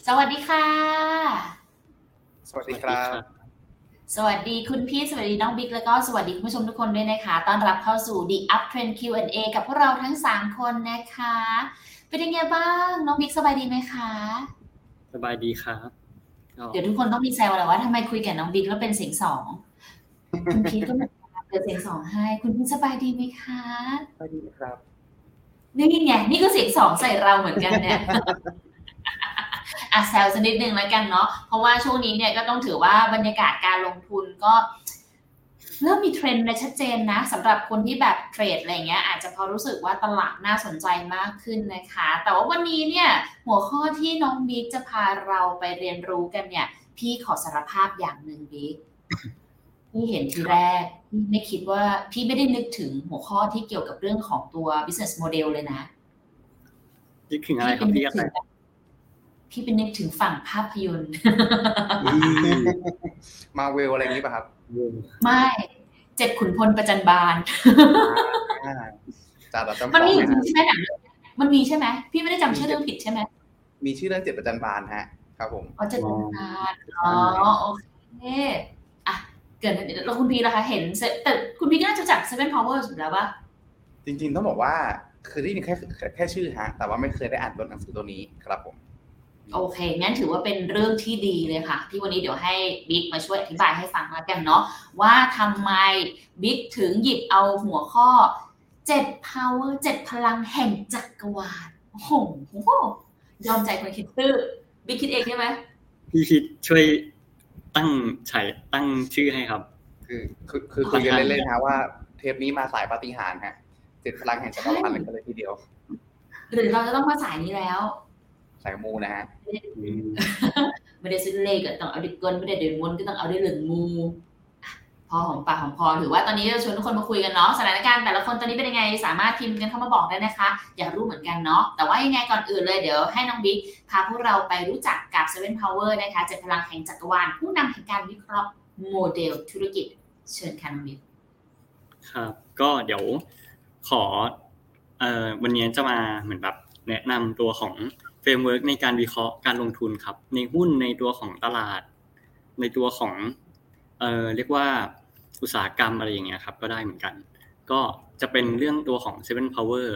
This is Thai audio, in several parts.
สวัสดีค่ะสวัสดีครับสวัสดีคุณพี่สวัสดีน้องบิ๊กแล้วก็สวัสดีคุณผู้ชมทุกคนด้วยนะคะต้อนรับเข้าสู่ The Uptrend Q&A กับพวกเราทั้ง3คนนะคะเป็นยังไงบ้างน้องบิ๊กสบายดีไหมคะสบายดีครับเดี๋ยวทุกคนต้องมีแซวแล้วว่าทำไมคุยกับน้องบิ๊กแล้วเป็นเสียงสองคุณพีทก็เหมือนกันเปิดเสียงสองให้คุณพีทสบายดีไหมคะสบายดีครับนี่ไงนี่ก็เสียงสองใส่เราเหมือนกันเนี่ยแซวสักนิดนึงแล้วกันเนาะเพราะว่าช่วงนี้เนี่ยก็ต้องถือว่าบรรยากาศการลงทุนก็เริ่มมีเทรนด์ในชัดเจนนะสำหรับคนที่แบบเทรดอะไรเงี้ยอาจจะพอรู้สึกว่าตลาดน่าสนใจมากขึ้นนะคะแต่ว่าวันนี้เนี่ยหัวข้อที่น้องบิ๊กจะพาเราไปเรียนรู้กันเนี่ยพี่ขอสารภาพอย่างหนึ่งบิ๊กพี่เห็นทีแรกพี่ไม่คิดว่าพี่ไม่ได้นึกถึงหัวข้อที่เกี่ยวกับเรื่องของตัว business model เลยนะนึกถึงอะไรครับพี่เป็นนึกถึงฝั่งภาพยนตร์มาเวลอะไรนี้ป่ะครับไม่7 ขุนพลประจันบานมันมีอยู่ใช่ไหมหนังมันมีใช่ไหมพี่ไม่ได้จำชื่อเรื่องผิดใช่ไหมมีชื่อเรื่อง7 ประจันบานฮะครับผม 7 ประจันบานโอเคเกิดแล้วคุณพีล่ะคะเห็นแต่คุณพีก็น่าจะจัก Seven Powers อยู่แล้วป่ะจริงๆต้องบอกว่าคือได้ยินแค่ชื่อฮะแต่ว่าไม่เคยได้อ่านตัวหนังสือตัวนี้ครับผมโอเคงั้นถือว่าเป็นเรื่องที่ดีเลยค่ะที่วันนี้เดี๋ยวให้บิ๊กมาช่วยอธิบายให้ฟังแล้วกันเนาะว่าทำไมบิ๊กถึงหยิบเอาหัวข้อ7 power 7 พลังแห่งจักรวาลโอ้โหยอมใจคนคิดบิ๊กคิดเองใช่ไหมพี่คิดช่วยตั้งชื่อให้ครับคือคุยกันเล่นๆนะว่าเทปนี้มาสายปาฏิหาริย์ฮะ7 พลังแห่งจักรวาลกันเลยทีเดียวหรือเราจะต้องมาสายนี้แล้วสายมูนะฮะไม่ได้ซื้อเลขก็ต้องเอาดิเกินไม่ได้เดินวนก็ต้องเอาได้เหลืองมูพอของปากของคอถือว่าตอนนี้เราชวนทุกคนมาคุยกันเนาะสถานการณ์แต่ละคนตอนนี้เป็นยังไงสามารถพิมพ์กันเข้ามาบอกได้นะคะอยากรู้เหมือนกันเนาะแต่ว่ายังไงก่อนอื่นเลยเดี๋ยวให้น้องบิ๊กพาพวกเราไปรู้จักกับ Seven Power นะคะ7 พลังแห่งจักรวาลผู้นำแห่งการวิเคราะห์โมเดลธุรกิจเชิญค่ะน้องบิ๊กครับก็เดี๋ยวขอวันนี้จะมาเหมือนแบบแนะนำตัวของเฟรมเวิร์กในการวิเคราะห์การลงทุนครับในหุ้นในตัวของตลาดในตัวของเรียกว่าอุตสาหกรรมอะไรอย่างเงี้ยครับก็ได้เหมือนกันก็จะเป็นเรื่องตัวของ Seven Power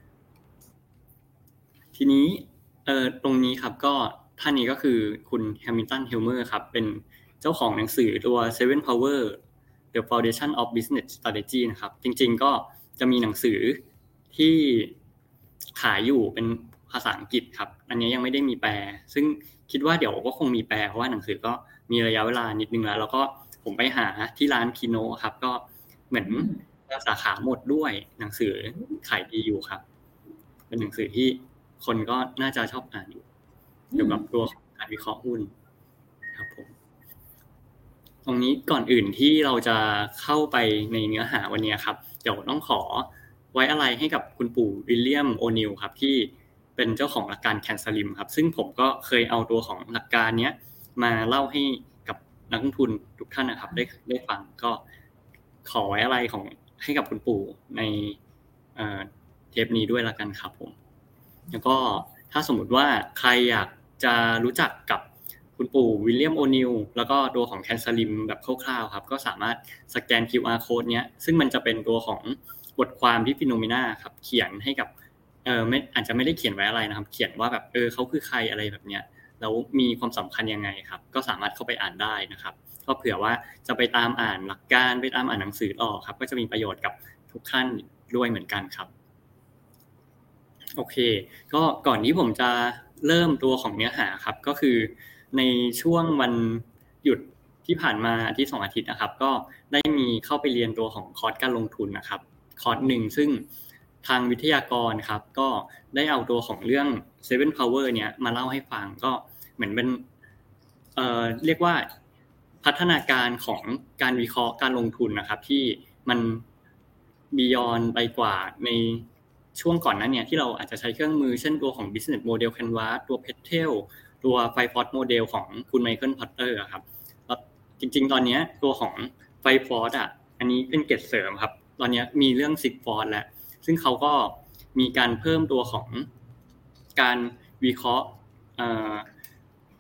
ทีนี้ตรงนี้ครับก็ท่านนี้ก็คือคุณแฮมิลตันเฮลเมอร์ครับเป็นเจ้าของหนังสือตัว Seven Power The Foundation of Business Strategy นะครับจริงๆก็จะมีหนังสือที่ขายอยู่เป็นภาษาอังกฤษครับอันนี้ยังไม่ได้มีแปลซึ่งคิดว่าเดี๋ยวก็คงมีแปลเพราะว่าหนังสือก็มีระยะเวลานิดนึงแล้วก็ผมไปหาที่ร้านคิโนะครับก็เหมือนสาขาหมดด้วยหนังสือขายดีอยู่ครับเป็นหนังสือที่คนก็น่าจะชอบอ่านอยู่เกี่ยวกับตัวการวิเคราะห์หุ้นครับผมตรงนี้ก่อนอื่นที่เราจะเข้าไปในเนื้อหาวันนี้ครับเดี๋ยวต้องขอไว้อะไรให้กับคุณปู่วิลเลียมโอนิลครับที่เป็นเจ้าของหลักการแคนซาลิมครับซึ่งผมก็เคยเอาตัวของหลักการนี้มาเล่าให้กับนักลงทุนทุกท่านนะครับได้ฟังก็ขอไว้อะไรให้กับคุณปู่ในเทปนี้ด้วยละกันครับผมแล้วก็ถ้าสมมุติว่าใครอยากจะรู้จักกับคุณปู่วิลเลียมโอนิลแล้วก็ตัวของแคนซาลิมแบบคร่าวๆครับก็สามารถสแกน QR code เนี้ยซึ่งมันจะเป็นตัวของบทความที่ฟิโนเมนาครับเขียนให้กับไม่อาจจะไม่ได้เขียนไว้อะไรนะครับเขียนว่าแบบเขาคือใครอะไรแบบเนี้ยแล้วมีความสำคัญยังไงครับก็สามารถเข้าไปอ่านได้นะครับก็เผื่อว่าจะไปตามอ่านหลักการไปตามอ่านหนังสือต่อครับก็จะมีประโยชน์กับทุกท่านด้วยเหมือนกันครับโอเคก็ก่อนที่ผมจะเริ่มตัวของเนื้อหาครับก็คือในช่วงวันหยุดที่ผ่านมาที่2 อาทิตย์นะครับก็ได้มีเข้าไปเรียนตัวของคอร์สการลงทุนนะครับคอร์สนึงซึ่งทางวิทยากรครับก็ได้เอาตัวของเรื่อง Seven Power เนี่ยมาเล่าให้ฟังก็เหมือนเป็นเรียกว่าพัฒนาการของการวิเคราะห์การลงทุนนะครับที่มันบียอนไปกว่าในช่วงก่อนนั้นเนี่ยที่เราอาจจะใช้เครื่องมือเช่นตัวของ Business Model Canvas ตัว Petal ตัว 5Force Model ของคุณไมเคิลพอตเตอร์ครับแล้วจริงๆตอนนี้ตัวของ 5Force อันนี้เป็นเกร็ดเสริมครับตอนนี้มีเรื่อง Six Force แล้วซึ่งเขาก็มีการเพิ่มตัวของการวิเคราะห์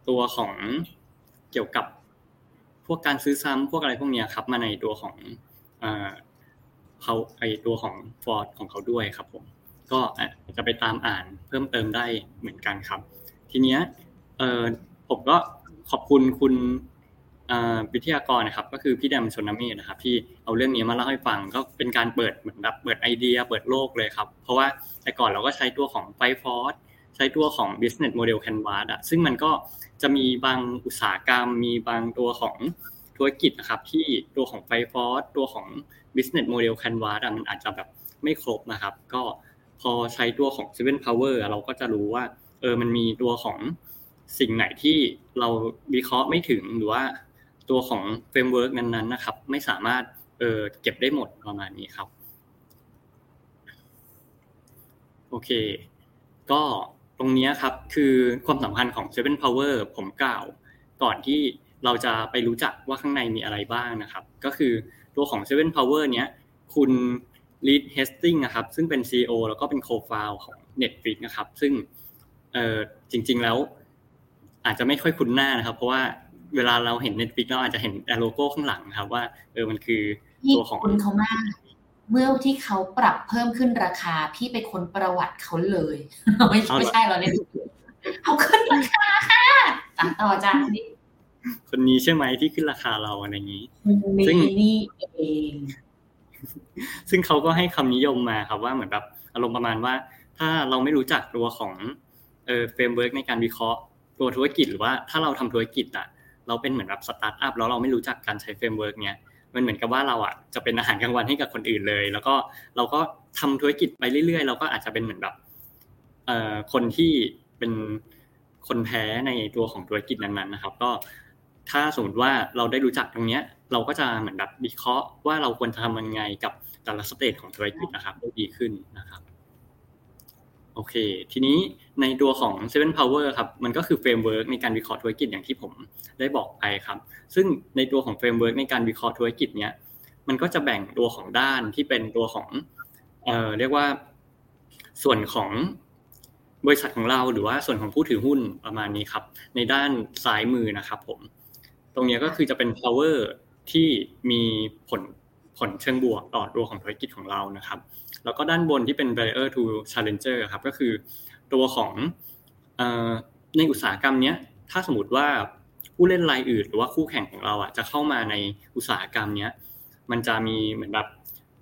ตัวของเกี่ยวกับพวกการซื้อซ้ำพวกอะไรพวกนี้ครับมาในตัวของเขาตัวของ Ford ของเขาด้วยครับผมก็จะไปตามอ่านเพิ่มเติมได้เหมือนกันครับทีเนี้ยผมก็ขอบคุณคุณวิทยากรนะครับก็คือพี่แดมชนเมธนะครับที่เอาเรื่องนี้มาเล่าให้ฟังก็เป็นการเปิดเหมือนแบบเปิดไอเดียเปิดโลกเลยครับเพราะว่าแต่ก่อนเราก็ใช้ตัวของ Ford ใช้ตัวของ business model canvas ซึ่งมันก็จะมีบางอุตสาหกรรมมีบางตัวของธุรกิจนะครับที่ตัวของ Ford ตัวของ business model canvas มันอาจจะแบบไม่ครบนะครับก็พอใช้ตัวของ Seven Power เราก็จะรู้ว่ามันมีตัวของสิ่งไหนที่เราวิเคราะห์ไม่ถึงหรือว่าตัวของเฟรมเวิร์กนั้นๆนะครับไม่สามารถเก็บได้หมดประมาณนี้ครับโอเคก็ตรงนี้ครับคือความสัมพันธ์ของ Seven Power ผมกล่าวก่อนที่เราจะไปรู้จักว่าข้างในมีอะไรบ้างนะครับก็คือตัวของ Seven Power เนี้ยคุณReed Hastings นะครับซึ่งเป็น CEO แล้วก็เป็น Co-founder ของ Netflix นะครับซึ่งจริงๆแล้วอาจจะไม่ค่อยคุ้นหน้านะครับเพราะว่าเวลาเราเห็น Netflix เราอาจจะเห็นโลโก้ข้างหลังครับว่ามันคือตัวของคุณเขามากเมื่อที่เขาปรับเพิ่มขึ้นราคาพี่ไปค้นประวัติเขาเลยไม่ใช่เราเนี่ยเอาขึ้นราคาค่ะต่อจ้าคนนี้ใช่ไหมที่ขึ้นราคาเราอะไรอย่างนี้ซึ่งนี่เองซึ่งเขาก็ให้คำนิยมมาครับว่าเหมือนแบบอารมณ์ประมาณว่าถ้าเราไม่รู้จักตัวของเฟรมเวิร์กในการวิเคราะห์ตัวธุรกิจหรือว่าถ้าเราทำธุรกิจเราเป็นเหมือนแบบสตาร์ทอัพแล้วเราไม่รู้จักการใช้เฟรมเวิร์กเนี้ยมันเหมือนกับว่าเราจะเป็นอาหารกลางวันให้กับคนอื่นเลยแล้วก็เราก็ทำธุรกิจไปเรื่อยๆเราก็อาจจะเป็นเหมือนแบบคนที่เป็นคนแพ้ในตัวของธุรกิจนั้นๆนะครับก็ถ้าสมมติว่าเราได้รู้จักตรงเนี้ยเราก็จะเหมือนแบบวิเคราะห์ว่าเราควรจะทำยังไงกับแต่ละสเตจของธุรกิจนะครับได้ดีขึ้นนะครับโอเคทีนี้ในตัวของ Seven Power ครับมันก็คือเฟรมเวิร์กในการวิเคราะห์ธุรกิจอย่างที่ผมได้บอกไปครับซึ่งในตัวของเฟรมเวิร์กในการวิเคราะห์ธุรกิจเนี้ยมันก็จะแบ่งตัวของด้านที่เป็นตัวของเรียกว่าส่วนของบริษัทของเราหรือว่าส่วนของผู้ถือหุ้นประมาณนี้ครับในด้านซ้ายมือนะครับผมตรงนี้ก็คือจะเป็น power ที่มีผลเชิงบวกต่อตัวของธุรกิจของเรานะครับแล้วก็ด้านบนที่เป็น barrier to challenger ครับก็คือตัวของในอุตสาหกรรมเนี้ยถ้าสมมติว่าผู้เล่นรายอื่นหรือว่าคู่แข่งของเราจะเข้ามาในอุตสาหกรรมเนี้ยมันจะมีเหมือนแบบ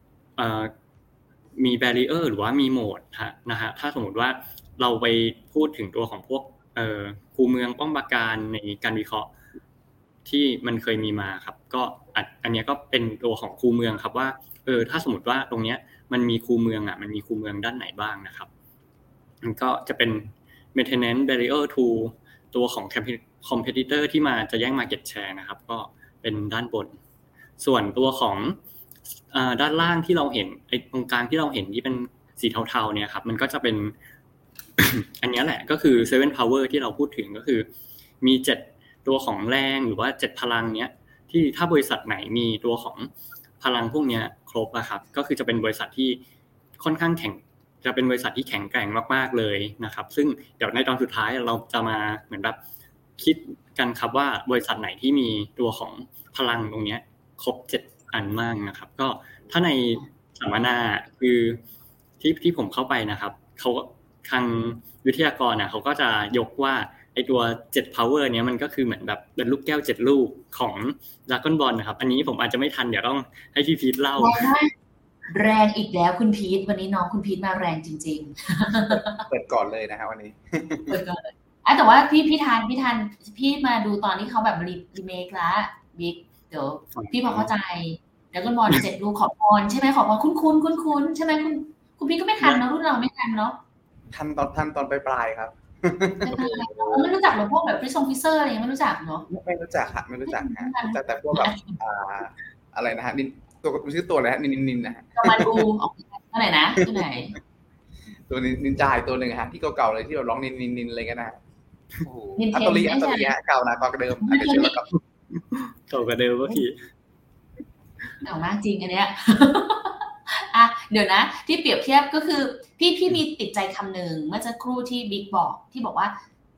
มี barrier หรือว่ามีโหมดนะฮะถ้าสมมติว่าเราไปพูดถึงตัวของพวกคูเมืองป้อมปราการในการวิเคราะห์ที่มันเคยมีมาครับก็อันนี้ก็เป็นตัวของคูเมืองครับว่าถ้าสมมติว่าตรงเนี้ยมันมีคูเมืองมันมีคูเมืองด้านไหนบ้างนะครับมันก็จะเป็น maintenance barrier to ตัวของ competitor ที่มาจะแย่ง market share นะครับก็เป็นด้านบนส่วนตัวของด้านล่างที่เราเห็นไอ้ตรงกลางที่เราเห็นที่เป็นสีเทาๆเนี่ยครับมันก็จะเป็น อันนี้แหละก็คือ Seven Power ที่เราพูดถึงก็คือมี7ตัวของแรงหรือว่า7พลังเนี้ยที่ถ้าบริษัทไหนมีตัวของพลังพวกนี้ครบครับก็คือจะเป็นบริษัทที่ค่อนข้างจะเป็นบริษัทที่แข็งแกร่งมากๆเลยนะครับซึ่งเดี๋ยวในตอนสุดท้ายเราจะมาเหมือนแบบคิดกันครับว่าบริษัทไหนที่มีตัวของพลังตรงนี้ครบ7อันมากนะครับก็ถ้าในสัมมนาคือที่ผมเข้าไปนะครับเขาทางวิทยากรเขาก็จะยกว่าไอตัว7 power เนี้ยมันก็คือเหมือนแบบเป็นลูกแก้ว7ลูกของ Dragon Ball นะครับอันนี้ผมอาจจะไม่ทันเดี๋ยวต้องให้พี่พีทเล่าแรงอีกแล้วคุณพีทวันนี้น้องคุณพีทมาแรงจริงๆเปิดก่อนเลยนะครับวันนี้เปิดก่อนเลยแต่ว่าพี่ทานพี่มาดูตอนที่เขาแบบรีเมคละบิ๊กเดี๋ยวพี่พอเข้าใจ Dragon Ball 7ลูกขอพรใช่ไหมขอพรคุ้นใช่ไหมคุณพีทก็ไม่ทันเนาะรุ่นเราไม่ทันเนาะทันตอนปลายครับไม่รู้จักหรอพวกแบบฟิเซอร์อะไรยังไม่รู้จักเนาะไม่รู้จักฮะไม่รู้จักฮะแต่พวกแบบอะไรนะฮะตัวชื่อตัวอะไรฮะนินนะฮะมาดูออกตัวไหนนะตัวไหนตัวนินจาตัวหนึ่งฮะที่เก่าๆเลยที่เราร้องนินอะไรกันนะโอ้โหอัตโตรีฮะเก่านะเดิมอาจจะเชื่อกับเก่ากว่าเดิมพี่เก่ามากจริงอันเนี้ยเดี๋ยวนะที่เปรียบเทียบก็คือพี่มีติดใจคำหนึ่งเมื่อสักครู่ที่บิ๊กบอกที่บอกว่า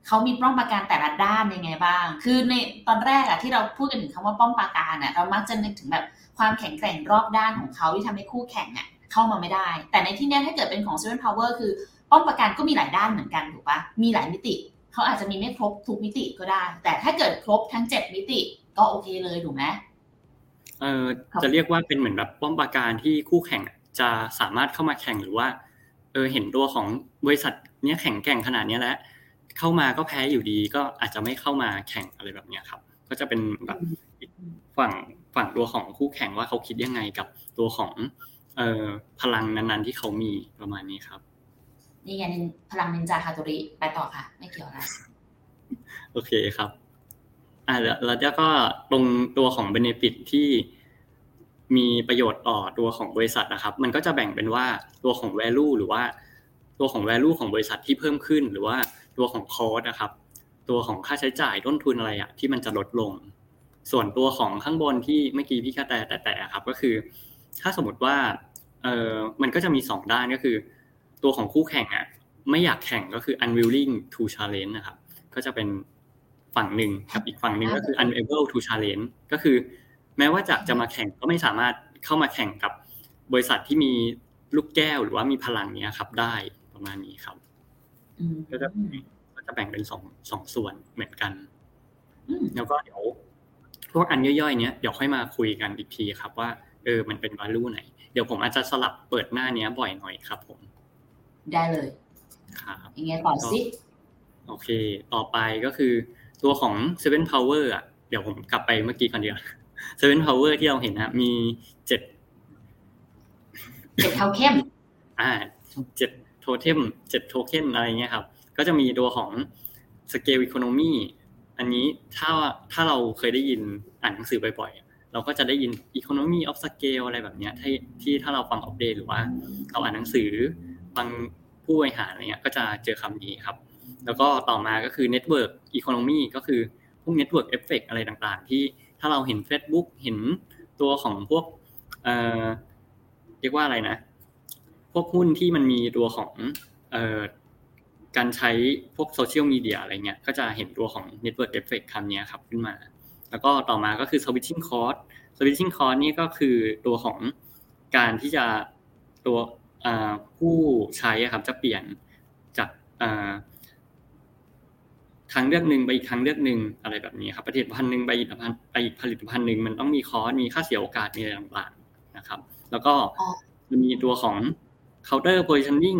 เขามีป้อมปราการแต่ละด้านยังไงบ้างคือในตอนแรกที่เราพูดกันถึงคำว่าป้อมปราการเรามักจะนึกถึงแบบความแข็งแกร่งรอบด้านของเขาที่ทำให้คู่แข่งเข้ามาไม่ได้แต่ในที่นี้ถ้าเกิดเป็นของ Seven Power คือป้อมปราการก็มีหลายด้านเหมือนกันถูกปะมีหลายมิติเขาอาจจะมีไม่ครบทุกมิติก็ได้แต่ถ้าเกิดครบทั้ง7มิติก็โอเคเลยถูกไหมจะเรียกว่าเป็นเหมือนแบบป้อมปราการที่คู่แข่งจะสามารถเข้ามาแข่งหรือว่าเห็นตัวของบริษัทเนี้ยแข่งแกร่งขนาดนี้แล้วเข้ามาก็แพ้อยู่ดีก็อาจจะไม่เข้ามาแข่งอะไรแบบนี้ครับก็จะเป็นแบบฝั่งตัวของคู่แข่งว่าเขาคิดยังไงกับตัวของพลังนั้นๆที่เขามีประมาณนี้ครับนี่ไงพลังนินจาฮาโตริไปต่อค่ะไม่เกี่ยวนะโอเคครับแล้วก็ตรงตัวของ benefit ที่มีประโยชน์ต่อตัวของบริษัทนะครับมันก็จะแบ่งเป็นว่าตัวของ value หรือว่าตัวของ value ของบริษัทที่เพิ่มขึ้นหรือว่าตัวของ cost นะครับตัวของค่าใช้จ่ายต้นทุนอะไรที่มันจะลดลงส่วนตัวของข้างบนที่เมื่อกี้พี่กระแต่ครับก็คือถ้าสมมติว่ามันก็จะมี2ด้านก็คือตัวของคู่แข่งไม่อยากแข่งก็คือ unwilling to challenge นะครับก็จะเป็นฝั่งหนึ่งกับอีกฝั่งหนึ่งก็คือ unable to challenge ก็คือแม้ว่าจะมาแข่งก็ไม่สามารถเข้ามาแข่งกับบริษัทที่มีลูกแก้วหรือว่ามีพลังนี้ครับได้ประมาณนี้ครับก็จะแบ่งเป็นสองส่วนเหมือนกันแล้วก็เดี๋ยวพวกอันย่อยๆเนี้ยเดี๋ยวค่อยมาคุยกันอีกทีครับว่ามันเป็น value ไหนเดี๋ยวผมอาจจะสลับเปิดหน้านี้บ่อยหน่อยครับผมได้เลยครับยังไงต่อสิโอเคต่อไปก็คือตัวของ Seven Power เดี๋ยวผมกลับไปเมื่อกี้ก่อนเดียว Seven Power ที่เราเห็นมี7 เท่าเข้ม 7 totem 7 token อะไรเงี้ยครับก็จะมีตัวของ Scale Economy อันนี้ถ้าเราเคยได้ยินอ่านหนังสือบ่อยๆเราก็จะได้ยิน Economy of Scale อะไรแบบเนี้ยที่ถ้าเราฟังอัปเดตหรือว่าเราอ่านหนังสือฟังผู้บริหารอะไรเงี้ยก็จะเจอคำนี้ครับแล้วก็ต่อมาก็คือ Network Economy ก็คือพวก Network Effect อะไรต่างๆที่ถ้าเราเห็น Facebook เห็นตัวของพวกเรียกว่าอะไรนะพวกหุ้นที่มันมีตัวของการใช้พวกโซเชียลมีเดียอะไรเงี้ยก็จะเห็นตัวของ Network Effect คำนี้ครับขึ้นมาแล้วก็ต่อมาก็คือ Switching Cost Switching Cost นี่ก็คือตัวของการที่จะตัวผู้ใช้ครับจะเปลี่ยนจากทางเลือกหนึ่งไปอีกทางเลือกหนึ่งอะไรแบบนี้ครับผลิตภัณฑ์หนึ่งไปอีกผลิตภัณฑ์หนึ่งมันต้องมีคอสมีค่าเสียโอกาสมีอะไรต่างๆนะครับแล้วก็มีตัวของ counter positioning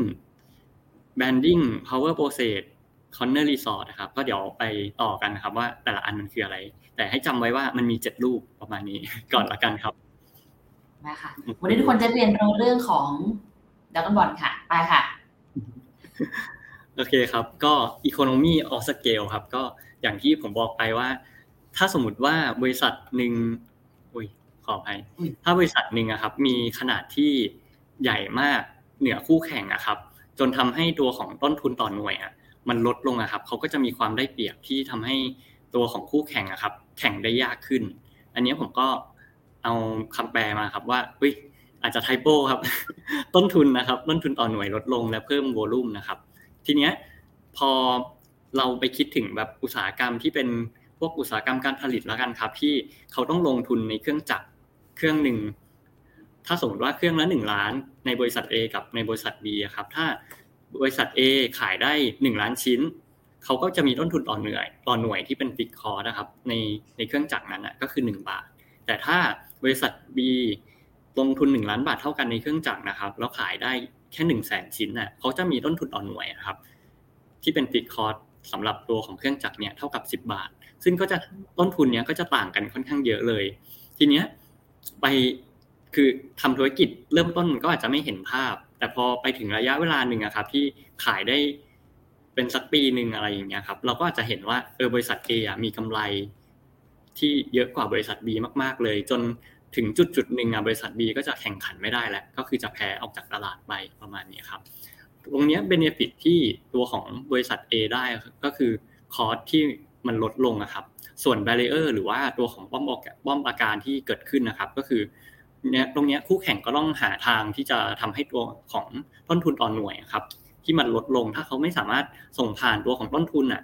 branding power process corner resort นะครับก็เดี๋ยวไปต่อกันนะครับว่าแต่ละอันมันคืออะไรแต่ให้จำไว้ว่ามันมี7รูปประมาณนี้ก่อนละกันครับนะคะวันนี้ทุกคนจะเรียนรู้เรื่องของDragon Ball ค่ะไปค่ะโอเคครับก็ economy of scale ครับก็อย่างที่ผมบอกไปว่าถ้าสมมุติว่าบริษัทหนึ่งขออภัยถ้าบริษัทหนึ่งครับมีขนาดที่ใหญ่มากเหนือคู่แข่งครับจนทำให้ตัวของต้นทุนต่อหน่วยมันลดลงครับเขาก็จะมีความได้เปรียบที่ทำให้ตัวของคู่แข่งครับแข่งได้ยากขึ้นอันนี้ผมก็เอาคำแปลมาครับว่าอาจจะไทโปครับ ต้นทุนนะครับต้นทุนต่อหน่วยลดลงและเพิ่มโวลุ่มนะครับทีเนี้ยพอเราไปคิดถึงแบบอุตสาหกรรมที่เป็นพวกอุตสาหกรรมการผลิตแล้วกันครับที่เขาต้องลงทุนในเครื่องจักรเครื่องหนึ่งถ้าสมมติว่าเครื่องละ1ล้านในบริษัท A กับในบริษัท B ครับถ้าบริษัท A ขายได้1ล้านชิ้นเขาก็จะมีต้นทุนต่อหน่วยที่เป็นฟิกคอร์สนะครับในเครื่องจักรนั้นก็คือ1บาทแต่ถ้าบริษัท B ลงทุน1ล้านบาทเท่ากันในเครื่องจักรนะครับแล้วขายได้แค่ 100,000 ชิ้นเขาจะมีต้นทุนต่อหน่วยครับที่เป็นฟิกคอร์สสำหรับตัวของเครื่องจักรเนี่ยเท่ากับ10บาทซึ่งก็จะต้นทุนเนี้ยก็จะต่างกันค่อนข้างเยอะเลยทีเนี้ยไปคือทำธุรกิจเริ่มต้นก็อาจจะไม่เห็นภาพแต่พอไปถึงระยะเวลาหนึ่งครับที่ขายได้เป็นสักปีนึงอะไรอย่างเงี้ยครับเราก็อาจจะเห็นว่าบริษัท A มีกำไรที่เยอะกว่าบริษัท B มากๆเลยจนถึงจุดๆนึงบริษัท B ก็จะแข่งขันไม่ได้แล้วก็คือจะแพ้ออกจากตลาดไปประมาณนี้ครับตรงนี้ benefit ที่ตัวของบริษัท A ได้ก็คือคอสที่มันลดลงนะครับส่วน barrier หรือว่าตัวของป้อมปราการที่เกิดขึ้นนะครับก็คือเนี่ยตรงนี้คู่แข่งก็ต้องหาทางที่จะทำให้ตัวของต้นทุนต่อหน่วยครับที่มันลดลงถ้าเขาไม่สามารถส่งผ่านตัวของต้นทุน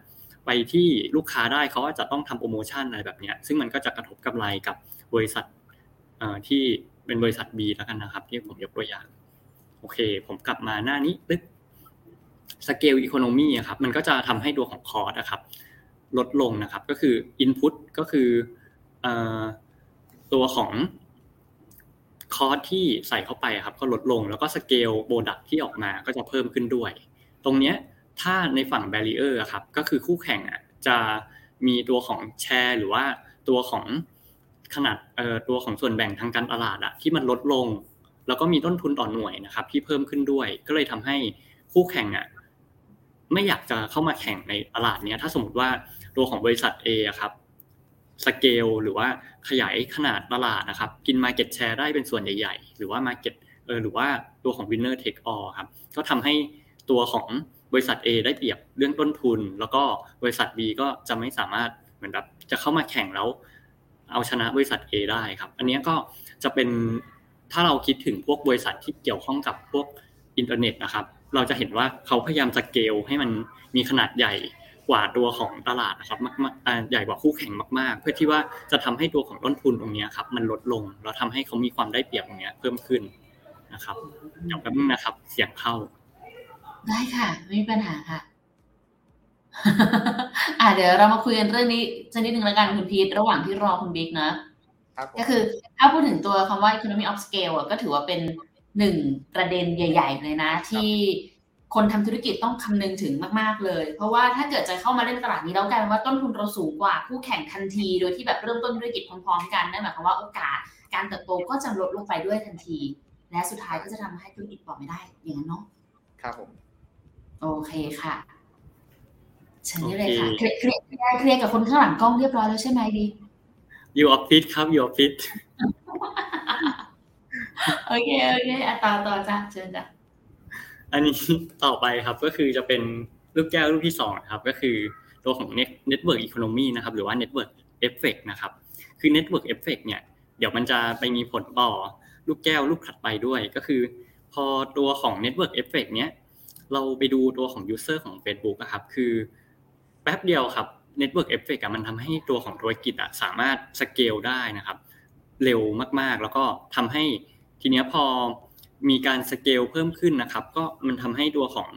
ไปที่ลูกค้าได้เขาอาจจะต้องทำโปรโมชั่นอะไรแบบนี้ซึ่งมันก็จะกระทบกำไรกับบริษัทที่เป็นบริษัท B แล้วกันนะครับที่ผมยกตัวอย่างโอเคผมกลับมาหน้านี้ปึ๊บ scale economy ครับมันก็จะทำให้ตัวของ cost นะครับลดลงนะครับก็คือ input ก็คือตัวของคอสที่ใส่เข้าไปครับก็ลดลงแล้วก็สเกลโปรดักต์ที่ออกมาก็จะเพิ่มขึ้นด้วยตรงเนี้ยถ้าในฝั่ง barrier ครับก็คือคู่แข่งจะมีตัวของแชร์หรือว่าตัวของขนาดตัวของส่วนแบ่งทางการตลาดที่มันลดลงแล้วก็มีต้นทุนต่อหน่วยนะครับที่เพิ่มขึ้นด้วยก็เลยทำให้คู่แข่งไม่อยากจะเข้ามาแข่งในตลาดนี้ถ้าสมมติว่าตัวของบริษัท A ครับสเกลหรือว่าขยายขนาดตลาดนะครับกิน market share ได้เป็นส่วนใหญ่ๆหรือว่า market หรือว่าตัวของ winner take all ครับก็ทำให้ตัวของบริษัท A ได้เปรียบเรื่องต้นทุนแล้วก็บริษัท B ก็จะไม่สามารถเหมือนแบบจะเข้ามาแข่งแล้วเอาชนะบริษัท A ได้ครับอันนี้ก็จะเป็นถ้าเราคิดถึงพวกบริษัทที่เกี่ยวข้องกับพวกอินเทอร์เน็ตนะครับเราจะเห็นว่าเขาพยายามสเกลให้มันมีขนาดใหญ่กว่าตัวของตลาดนะครับใหญ่กว่าคู่แข่งมากๆเพื่อที่ว่าจะทำให้ตัวของต้นทุนตรงนี้ครับมันลดลงแล้วทำให้เขามีความได้เปรียบตรงนี้เพิ่มขึ้นนะครับเดี๋ยวแป๊บนึงนะครับเสียงเข้าได้ค่ะไม่มีปัญหาค่ะ เดี๋ยวเรามาคุยกันเรื่องนี้สักนิดนึงแล้วกันคุณพีทระหว่างที่รอคุณบิ๊กนะก็คือถ้าพูดถึงตัวคำว่า economy of scale ก็ถือว่าเป็นหนึ่งประเด็นใหญ่ๆเลยนะที่คนทำธุรกิจต้องคำนึงถึงมากๆเลยเพราะว่าถ้าเกิดจะเข้ามาเล่นตลาดนี้แล้วกลายเป็นว่าต้นทุนเราสูงกว่าคู่แข่งทันทีโดยที่แบบเริ่มต้นธุรกิจพร้อมๆกันนั่นหมายความว่าโอกาสการเติบโตก็จะลดลงไปด้วยทันทีและสุดท้ายก็จะทำให้ธุรกิจต่อไม่ได้อย่างนั้นเนาะครับผมโอเคค่ะเชิญได้เลยค่ะเคลียร์กับคนข้างหลังกล้องเรียบร้อยแล้วใช่ไหมดีอยู่ออฟฟิศครับอยู่ออฟฟิศโอเคต่อจ้ะเชิญจ้ะอันนี้ต่อไปครับก็คือจะเป็นลูกแก้วลูกที่2ครับก็คือตัวของ Network Economy นะครับหรือว่า Network Effect นะครับคือ Network Effect เนี่ยเดี๋ยวมันจะไปมีผลต่อลูกแก้วลูกถัดไปด้วยก็คือพอตัวของ Network Effect เนี้ยเราไปดูตัวของ user ของ Facebook นะครับคือแป๊บเดียวครับ Network Effect มันทำให้ตัวของธุรกิจสามารถสเกลได้นะครับเร็วมากๆแล้วก็ทำให้ทีเนี้ยพอมีการสเกลเพิ่มขึ้นนะครับก็มันทำให้ตัวของ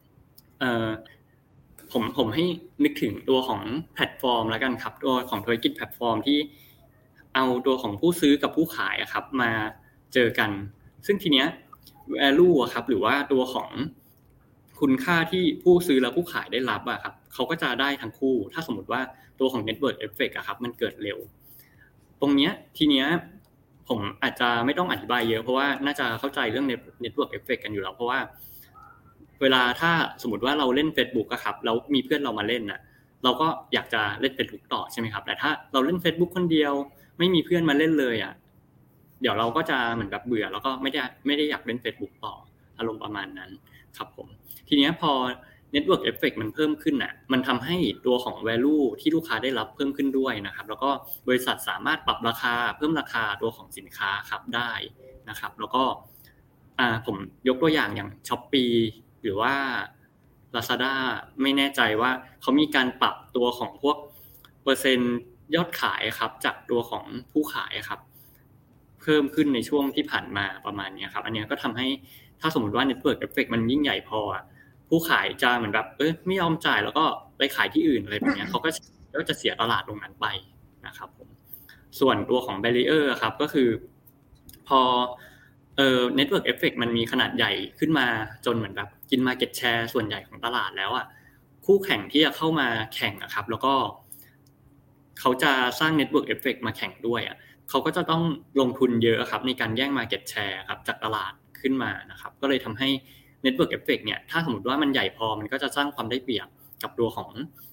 ผมให้นึกถึงตัวของแพลตฟอร์มแล้วกันครับตัวของธุรกิจแพลตฟอร์มที่เอาตัวของผู้ซื้อกับผู้ขายครับมาเจอกันซึ่งทีเนี้ย value ครับหรือว่าตัวของคุณค่าที่ผู้ซื้อและผู้ขายได้รับครับเขาก็จะได้ทั้งคู่ถ้าสมมติว่าตัวของ network effect ครับมันเกิดเร็วตรงเนี้ยทีเนี้ยผมอาจจะไม่ต้องอธิบายเยอะเพราะว่าน่าจะเข้าใจเรื่อง network effect กันอยู่แล้วเพราะว่าเวลาถ้าสมมติว่าเราเล่น Facebook ครับแล้วมีเพื่อนเรามาเล่นเราก็อยากจะเล่น Facebook ต่อใช่ไหมครับแต่ถ้าเราเล่น Facebook คนเดียวไม่มีเพื่อนมาเล่นเลยเดี๋ยวเราก็จะเหมือนแบบเบื่อแล้วก็ไม่ได้อยากเล่น Facebook ต่ออารมณ์ประมาณนั้นครับผมทีนี้พอ network effect มันเพิ่มขึ้นมันทำให้ตัวของ value ที่ลูกค้าได้รับเพิ่มขึ้นด้วยนะครับแล้วก็บริษัทสามารถปรับราคาเพิ่มราคาตัวของสินค้าครับได้นะครับแล้วก็ผมยกตัวอย่าง Shopee หรือว่า Lazada ไม่แน่ใจว่าเขามีการปรับตัวของพวกเปอร์เซ็นต์ยอดขายครับจากตัวของผู้ขายครับเพิ่มขึ้นในช่วงที่ผ่านมาประมาณนี้ครับอันนี้ก็ทำให้ถ้าสมมติว่า network effect มันยิ่งใหญ่พอผู้ขายจะเหมือนแบบไม่ยอมจ่ายแล้วก็ไปขายที่อื่นอะไรแบบนี้เขาก็จะเสียตลาดตรงนั้นไปนะครับผมส่วนตัวของ barrier ครับก็คือพอnetwork effect มันมีขนาดใหญ่ขึ้นมาจนเหมือนแบบกิน market share ส่วนใหญ่ของตลาดแล้วคู่แข่งที่จะเข้ามาแข่งครับแล้วก็เขาจะสร้าง network effect มาแข่งด้วยเขาก็จะต้องลงทุนเยอะครับในการแย่ง market share ครับจากตลาดขึ้นมานะครับก็เลยทำให้ network effect เนี่ยถ้าสมมติว่ามันใหญ่พอมันก็จะสร้างความได้เปรียบกับตัวของ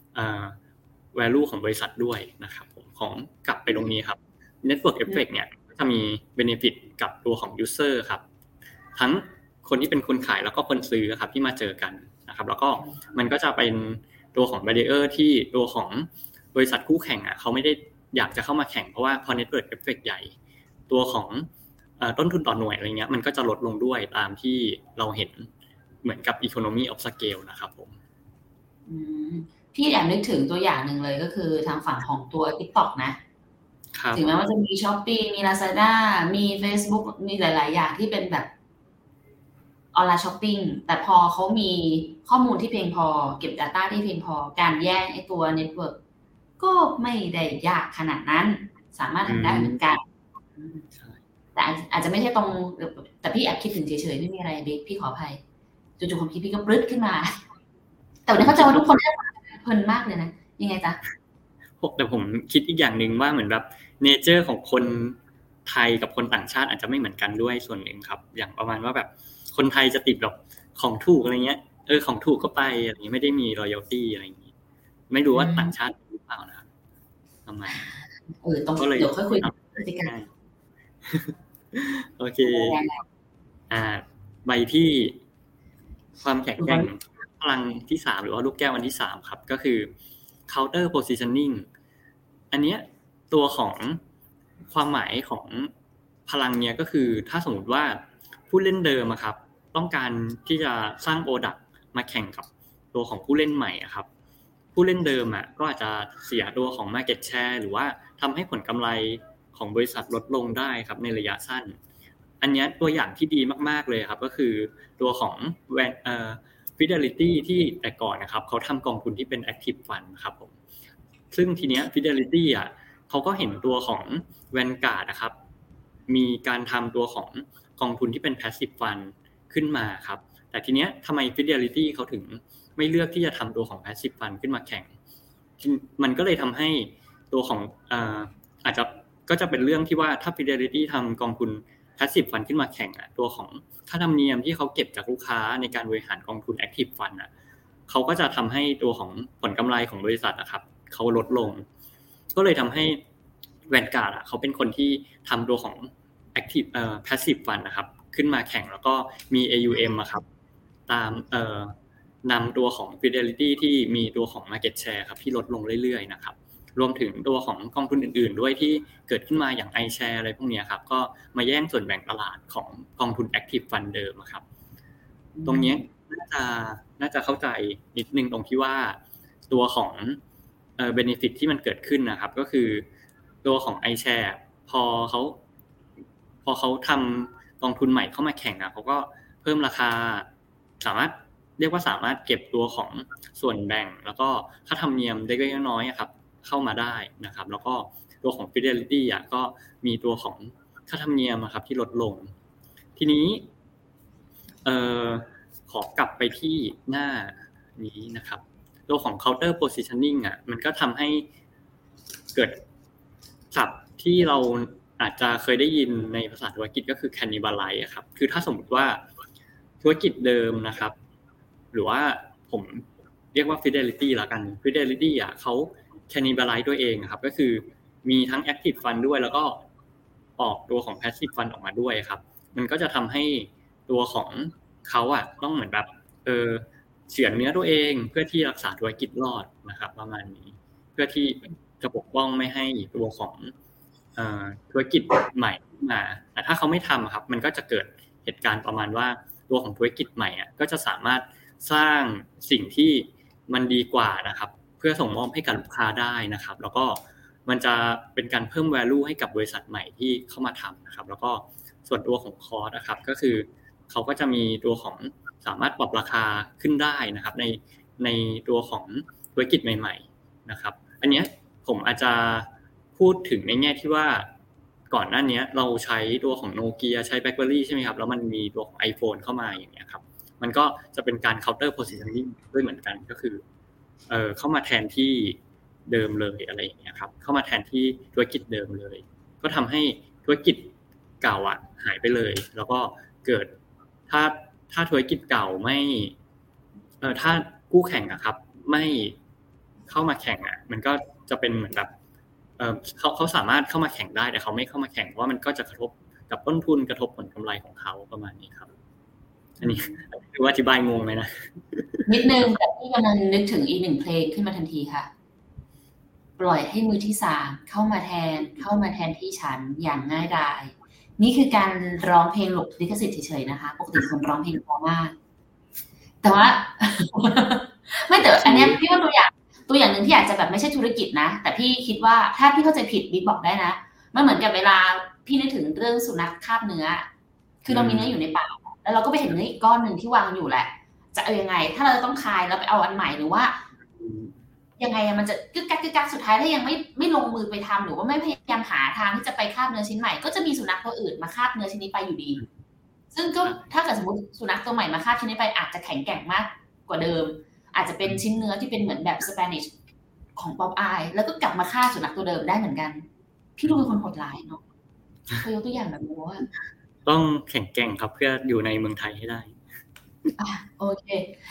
value ของบริษัทด้วยนะครับผมของกลับไปตรงนี้ครับ network effect เนี่ยจะมี benefit กับตัวของ user ครับทั้งคนที่เป็นคนขายแล้วก็คนซื้อครับที่มาเจอกันนะครับแล้วก็มันก็จะเป็นตัวของ barrier ที่ตัวของบริษัทคู่แข่งเขาไม่ได้อยากจะเข้ามาแข่งเพราะว่าพอ network effect ใหญ่ตัวของต้นทุนต่อหน่วยอะไรเงี้ยมันก็จะลดลงด้วยตามที่เราเห็นเหมือนกับ economy of scale นะครับผมพี่แอบนึกถึงตัวอย่างหนึ่งเลยก็คือทางฝั่งของตัว TikTok นะถึงแม้ว่าจะมี Shopee มี Lazada มี Facebook มีหลายๆอย่างที่เป็นแบบออนไลน์ช้อปปิ้งแต่พอเขามีข้อมูลที่เพียงพอเก็บ Data ที่เพียงพอการแยกไอ้ตัวเน็ตเวิร์กก็ไม่ได้ยากขนาดนั้นสามารถทำได้เหมือนกันแต่อาจจะไม่ใช่ตรงแต่พี่แอบคิดถึงเฉยๆไม่มีอะไรบิ๊กพี่ขออภัยจู่ๆความคิดพี่ก็ปรึ๊ดขึ้นมาแต่วันนี้เข้าใจว่าทุกคนได้เพลินมากเลยนะยังไงจ๊ะแต่ผมคิดอีกอย่างนึงว่าเหมือนแบบเนเจอร์ของคนไทยกับคนต่างชาติอาจจะไม่เหมือนกันด้วยส่วนหนึ่งครับอย่างประมาณว่าแบบคนไทยจะติดแบบของถูกอะไรเงี้ยของถูกก็ไปอะไรอย่างนี้ไม่ได้มี loyalty อะไรอย่างนี้ไม่รู้ว่าต่างชาติหรือเปล่านะครับทำไมต้องเดี๋ยวค่อยคุยกันโอเคใบที่ความแข็งแกร่งพลังที่3หรือว่าลูกแก้วอันที่3ครับก็คือ counter positioning อันเนี้ยตัวของความหมายของพลังเนี้ยก็คือถ้าสมมติว่าผู้เล่นเดิมครับต้องการที่จะสร้างโปรดักต์มาแข่งกับตัวของผู้เล่นใหม่ครับผู้เล่นเดิมก็อาจจะเสียตัวของ market share หรือว่าทำให้ผลกำไรของบริษัทลดลงได้ครับในระยะสั้นอันนี้ตัวอย่างที่ดีมากๆเลยครับก็คือตัวของFidelity ที่แต่ก่อนนะครับเขาทำกองทุนที่เป็น Active Fund ครับผมซึ่งทีเนี้ย Fidelity เขาก็เห็นตัวของ Vanguard นะครับมีการทำตัวของกองทุนที่เป็น Passive Fund ขึ้นมาครับแต่ทีเนี้ยทำไม Fidelity เขาถึงไม่เลือกที่จะทำตัวของ Passive Fund ขึ้นมาแข่งมันก็เลยทำให้ตัวของอาจจะก็จะเป็นเรื่องที่ว่าถ้า Fidelity ทำกองทุน Passive Fund ขึ้นมาแข่งตัวของค่าธรรมเนียมที่เขาเก็บจากลูกค้าในการบริหารกองทุน Active Fund เขาก็จะทำให้ตัวของผลกำไรของบริษัทนะครับเขาลดลงก็เลยทำให้ Vanguard เขาเป็นคนที่ทำตัวของ Active Passive Fund นะครับขึ้นมาแข่งแล้วก็มี AUM ครับตามนำตัวของ Fidelity ที่มีตัวของ Market Share ครับที่ลดลงเรื่อยๆนะครับรวมถึงตัวของกองทุนอื่นๆด้วยที่เกิดขึ้นมาอย่าง iShare อะไรพวกนี้ครับก็มาแย่งส่วนแบ่งตลาดของกองทุน Active Fund เดิมครับตรงนี้น่าจะเข้าใจนิดนึงตรงที่ว่าตัวของbenefit ที่มันเกิดขึ้นนะครับก็คือตัวของ iShare พอเขาทำกองทุนใหม่เข้ามาแข่งเขาก็เพิ่มราคาสามารถเก็บตัวของส่วนแบ่งแล้วก็ค่าธรรมเนียมเล็กๆน้อยๆครับเข้ามาได้นะครับแล้วก็ตัวของ Fidelity ก็มีตัวของค่าธรรมเนียมครับที่ลดลงทีนี้ขอกลับไปที่หน้านี้นะครับตัวของ counter positioning มันก็ทำให้เกิดศัพท์ที่เราอาจจะเคยได้ยินในภาษาธุรกิจก็คือ cannibalize ครับคือถ้าสมมติว่าธุรกิจเดิมนะครับหรือว่าผมเรียกว่า Fidelity ละกัน Fidelity เขา cannibalize ตัวเองครับก็คือมีทั้ง active fund ด้วยแล้วก็ออกตัวของ passive fund ออกมาด้วยครับมันก็จะทำให้ตัวของเขาต้องเหมือนแบบเฉือนเนื้อตัวเองเพื่อที่รักษาธุรกิจรอดนะครับประมาณนี้เพื่อที่จะปกป้องไม่ให้ตัวของธุรกิจใหม่มาแต่ถ้าเขาไม่ทำครับมันก็จะเกิดเหตุการณ์ประมาณว่าตัวของธุรกิจใหม่ก็จะสามารถสร้างสิ่งที่มันดีกว่านะครับเพื่อส่งมอบให้กับลูกค้าได้นะครับแล้วก็มันจะเป็นการเพิ่ม value ให้กับบริษัทใหม่ที่เข้ามาทำนะครับแล้วก็ส่วนตัวของคอร์สนะครับก็คือเขาก็จะมีตัวของสามารถปรับราคาขึ้นได้นะครับในตัวของธุรกิจใหม่ๆนะครับอันนี้ผมอาจจะพูดถึงในแง่ที่ว่าก่อนหน้านี้เราใช้ตัวของ Nokia ใช้ BlackBerry ใช่ไหมครับแล้วมันมีตัวของ iPhone เข้ามาอย่างเงี้ยครับมันก็จะเป็นการ counter positioning ด้วยเหมือนกันก็คือเข้ามาแทนที่เดิมเลยอะไรอย่างเงี้ยครับเข้ามาแทนที่ธุรกิจเดิมเลยก็ทำให้ธุรกิจเก่าหายไปเลยแล้วก็เกิดถ้าธุรกิจเก่าไม่ถ้าคู่แข่งครับไม่เข้ามาแข่งมันก็จะเป็นเหมือนแบบเขาสามารถเข้ามาแข่งได้แต่เขาไม่เข้ามาแข่งเพราะว่ามันก็จะกระทบกับต้นทุนกระทบผลกำไรของเขาประมาณนี้ครับอันนี้คือว่าอธิบายงงไหมนะนิดนึงแต่ที่กำลังนึกถึงอีกหนึ่งเพลงขึ้นมาทันทีค่ะปล่อยให้มือที่3เข้ามาแทนที่ฉันอย่างง่ายดายนี่คือการร้องเพลงหลบลิขสิทธิ์เฉยๆนะคะปกติคนร้องเพลงเพราะมากแต่ว่าไม่แต่อันนี้พี่ว่าตัวตัวอย่างหนึ่งที่อาจจะแบบไม่ใช่ธุรกิจนะแต่พี่คิดว่าถ้าพี่เข้าใจผิดบิ๊กบอกได้นะมันเหมือนกับเวลาพี่นึกถึงเรื่องสุนัขคาบเนื้อคือเรามีเนื้ออยู่ในปากแล้วเราก็ไปเห็นเนื้ออีกก้อนนึงที่วางอยู่แหละจะเอายังไงถ้าเราต้องคายแล้วไปเอาอันใหม่หรือว่ายังไงมันจะกึกกักสุดท้ายถ้ายังไม่ลงมือไปทำหรือว่าไม่พยายามหาทางที่จะไปคาบเนื้อชิ้นใหม่ก็จะมีสุนัขตัวอื่นมาคาบเนื้อชิ้นนี้ไปอยู่ดีซึ่งก็ถ้าเกิดสมมติสุนัขตัวใหม่มาคาบชิ้นนี้ไปอาจจะแข็งแกร่งมากกว่าเดิมอาจจะเป็นชิ้นเนื้อที่เป็นเหมือนแบบสเปนิชของป๊อปอายแล้วก็กลับมาฆ่าสุนัขตัวเดิมได้เหมือนกันพี่ดูเป็นคนโหดร้ายเนาะเคยยกตัวอย่างแบบนี้ว่าต้องแข็งแกร่งครับเพื่ออยู่ในเมืองไทยให้ได้โอเค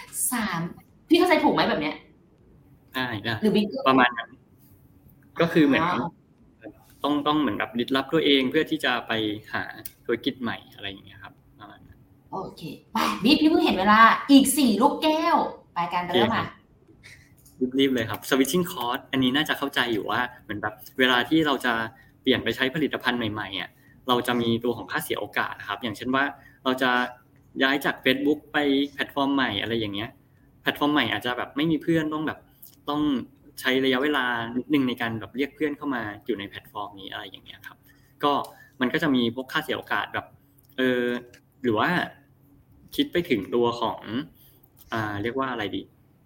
3พี่เข้าใจถูกไหมแบบเนี้ยได้หรือบิ๊กประมาณนั้นก็คือเหมือนต้องเหมือนแบบยึดรับตัวเองเพื่อที่จะไปหาธุรกิจใหม่อะไรอย่างเงี้ยครับประมาณนั้นโอเคไปบิ๊กพี่เพิ่งเห็นเวลาอีก4ลูกแก้วไปการเริ่มรีบเลยครับ switching cost อันนี้น่าจะเข้าใจอยู่ว่าเหมือนแบบเวลาที่เราจะเปลี่ยนไปใช้ผลิตภัณฑ์ใหม่ๆอ่ะเราจะมีตัวของค่าเสียโอกาสนะครับอย่างเช่นว่าเราจะย้ายจาก Facebook ไปแพลตฟอร์มใหม่อะไรอย่างเงี้ยแพลตฟอร์มใหม่อาจจะแบบไม่มีเพื่อนต้องใช้ระยะเวลานิดนึงในการแบบเรียกเพื่อนเข้ามาอยู่ในแพลตฟอร์มนี้อะไรอย่างเงี้ยครับก็มันก็จะมีพวกค่าเสียโอกาสแบบหรือว่าคิดไปถึงตัวของเรียกว่าอะไรดี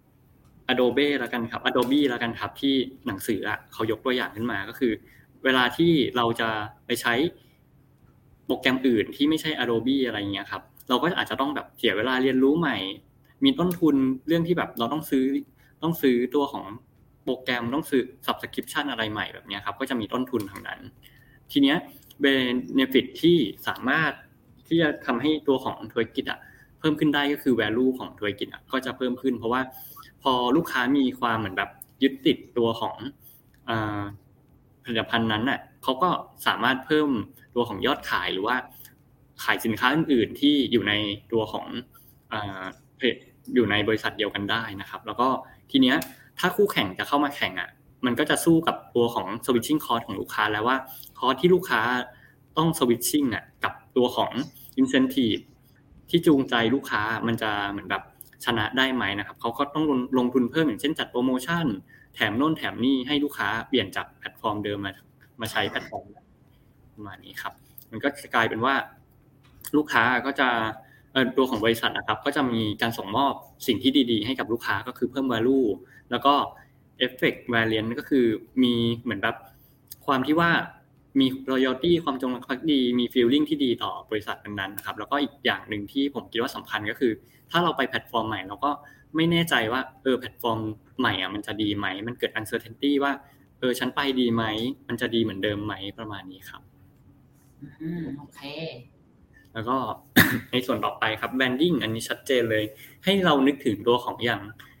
Adobe แล้วกันครับ Adobe แล้วกันครับที่หนังสือเขายกตัวอย่างขึ้นมาก็คือเวลาที่เราจะไปใช้โปรแกรมอื่นที่ไม่ใช่ Adobe อะไรเงี้ยครับเราก็อาจจะต้องแบบเสียเวลาเรียนรู้ใหม่มีต้นทุนเรื่องที่แบบเราต้องซื้อตัวของโปรแกรมต้องซื้อ Subscription อะไรใหม่แบบนี้ครับก็จะมีต้นทุนทางนั้นทีเนี้ย benefit ที่สามารถที่จะทำให้ตัวของธุรกิจเพิ่มขึ้นได้ก็คือ value ของธุรกิจก็จะเพิ่มขึ้นเพราะว่าพอลูกค้ามีความเหมือนแบบยึดติดตัวของผลิตภัณฑ์นั้นเขาก็สามารถเพิ่มตัวของยอดขายหรือว่าขายสินค้าอื่นๆที่อยู่ในตัวของอยู่ในบริษัทเดียวกันได้นะครับแล้วก็ทีเนี้ยถ้าคู่แข่งจะเข้ามาแข่งมันก็จะสู้กับตัวของ switching cost ของลูกค้าแล้วว่าคอสที่ลูกค้าต้อง switching กับตัวของ incentive ที่จูงใจลูกค้ามันจะเหมือนแบบชนะได้ไหมนะครับเขาก็ต้องลงทุนเพิ่มอย่างเช่นจัดโปรโมชั่นแถมโน่นแถมนี่ให้ลูกค้าเปลี่ยนจากแพลตฟอร์มเดิมมาใช้แพลตฟอร์มประมาณนี้ครับมันก็กลายเป็นว่าลูกค้าก็จะตัวของบริษัทนะครับก็จะมีการส่งมอบสิ่งที่ดีๆให้กับลูกค้าก็คือเพิ่ม value แล้วก็ effect variance ก็คือมีเหมือนแบบความที่ว่ามี loyalty ความจงรักภักดีมี feeling ที่ดีต่อบริษัทนั้นๆนะครับแล้วก็อีกอย่างนึงที่ผมคิดว่าสำคัญก็คือถ้าเราไปแพลตฟอร์มใหม่เราก็ไม่แน่ใจว่าแพลตฟอร์มใหม่มันจะดีไหมมันเกิด uncertainty ว่าฉันไปดีไหมมันจะดีเหมือนเดิมไหมประมาณนี้ครับโอเคแล้วก็ ในส่วนต่อไปครับ branding อันนี้ชัดเจนเลยให้เรานึกถึงตัวของอย่าง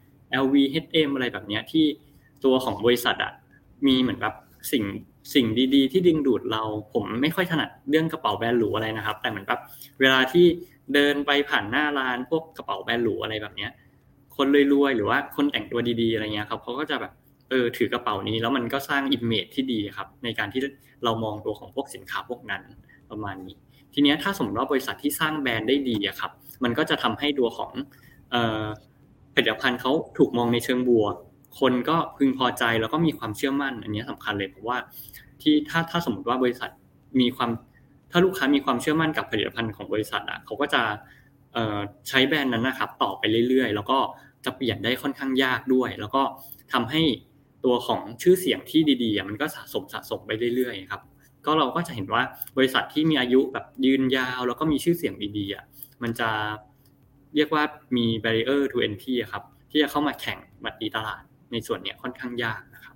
LVMH อะไรแบบนี้ที่ตัวของบริษัทมีเหมือนแบบสิ่งดีๆที่ดึงดูดเราผมไม่ค่อยถนัดเรื่องกระเป๋าแบรนด์หรูอะไรนะครับแต่เหมือนแบบเวลาที่เดินไปผ่านหน้าร้านพวกกระเป๋าแบรนด์หรูอะไรแบบนี้คนรวยๆหรือว่าคนแต่งตัวดีๆอะไรเงี้ยครับเขาก็จะแบบถือกระเป๋านี้แล้วมันก็สร้างอิมเมจที่ดีครับในการที่เรามองตัวของพวกสินค้าพวกนั้นประมาณนี้ทีนี้ถ้าสมมติว่าบริษัทที่สร้างแบรนด์ได้ดีครับมันก็จะทำให้ตัวของผลิตภัณฑ์เขาถูกมองในเชิงบวกคนก็พึงพอใจแล้วก็มีความเชื่อมั่นอันนี้สำคัญเลยเพราะว่าที่ถ้าสมมติว่าบริษัทมีความถ้าลูกค้ามีความเชื่อมั่นกับผลิตภัณฑ์ของบริษัทเขาก็จะใช้แบรนด์นั้นนะครับต่อไปเรื่อยๆแล้วก็จะเปลี่ยนได้ค่อนข้างยากด้วยแล้วก็ทำให้ตัวของชื่อเสียงที่ดีๆมันก็สะสมไปเรื่อยๆครับก็เราก็จะเห็นว่าบริษัทที่มีอายุแบบยืนยาวแล้วก็มีชื่อเสียงดีๆมันจะเรียกว่ามี barrier to entry ครับที่จะเข้ามาแข่งมาตีตลาดในส่วนนี้ค่อนข้างยากนะครับ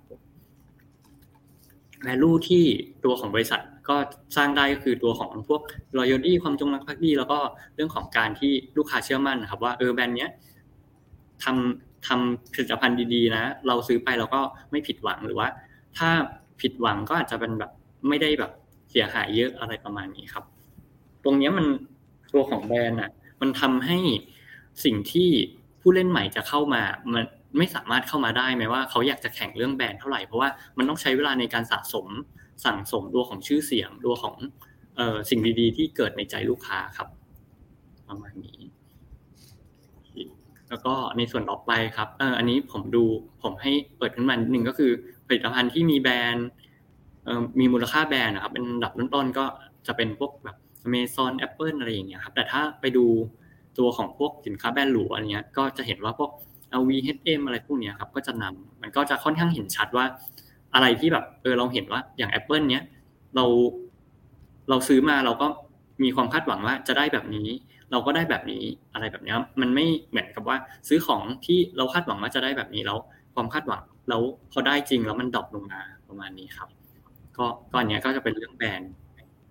value ที่ตัวของบริษัทก็สร้างได้ก็คือตัวของพวก loyalty ความจงรักภักดีแล้วก็เรื่องของการที่ลูกค้าเชื่อมั่นนะครับว่าแบรนด์เนี้ยทำผลิตภัณฑ์ดีๆนะเราซื้อไปเราก็ไม่ผิดหวังหรือว่าถ้าผิดหวังก็อาจจะเป็นแบบไม่ได้แบบเสียหายเยอะอะไรประมาณนี้ครับตรงนี้มันตัวของแบรนด์มันทำให้สิ่งที่ผู้เล่นใหม่จะเข้ามามันไม่สามารถเข้ามาได้แม้ว่าเขาอยากจะแข่งเรื่องแบรนด์เท่าไหร่เพราะว่ามันต้องใช้เวลาในการสั่งสมตัวของชื่อเสียงตัวของสิ่งดีๆที่เกิดในใจลูกค้าครับประมาณนี้แล้วก็ในส่วนต่อไปครับอันนี้ผมให้เปิดขึ้นมานิดนึงก็คือผลิตภัณฑ์ที่มีแบรนด์มีมูลค่าแบรนด์นะครับเป็นอันดับต้นๆก็จะเป็นพวกแบบ Amazon Apple อะไรอย่างเงี้ยครับแต่ถ้าไปดูตัวของพวกสินค้าแบรนด์หรูอันเนี้ยก็จะเห็นว่าพวก LVMH อะไรพวกเนี้ยครับก็จะนำมันก็จะค่อนข้างเห็นชัดว่าอะไรที่แบบเราเห็นว่าอย่าง Apple เนี้ยเราซื้อมาเราก็มีความคาดหวังว่าจะได้แบบนี้เราก็ได้แบบนี้อะไรแบบนี้มันไม่เหมือนกับว่าซื้อของที่เราคาดหวังว่าจะได้แบบนี้แล้วความคาดหวังแล้วพอได้จริงแล้วมันดรอปลงมาประมาณนี้ครับก็อันนี้ก็จะเป็นเรื่องแบรนด์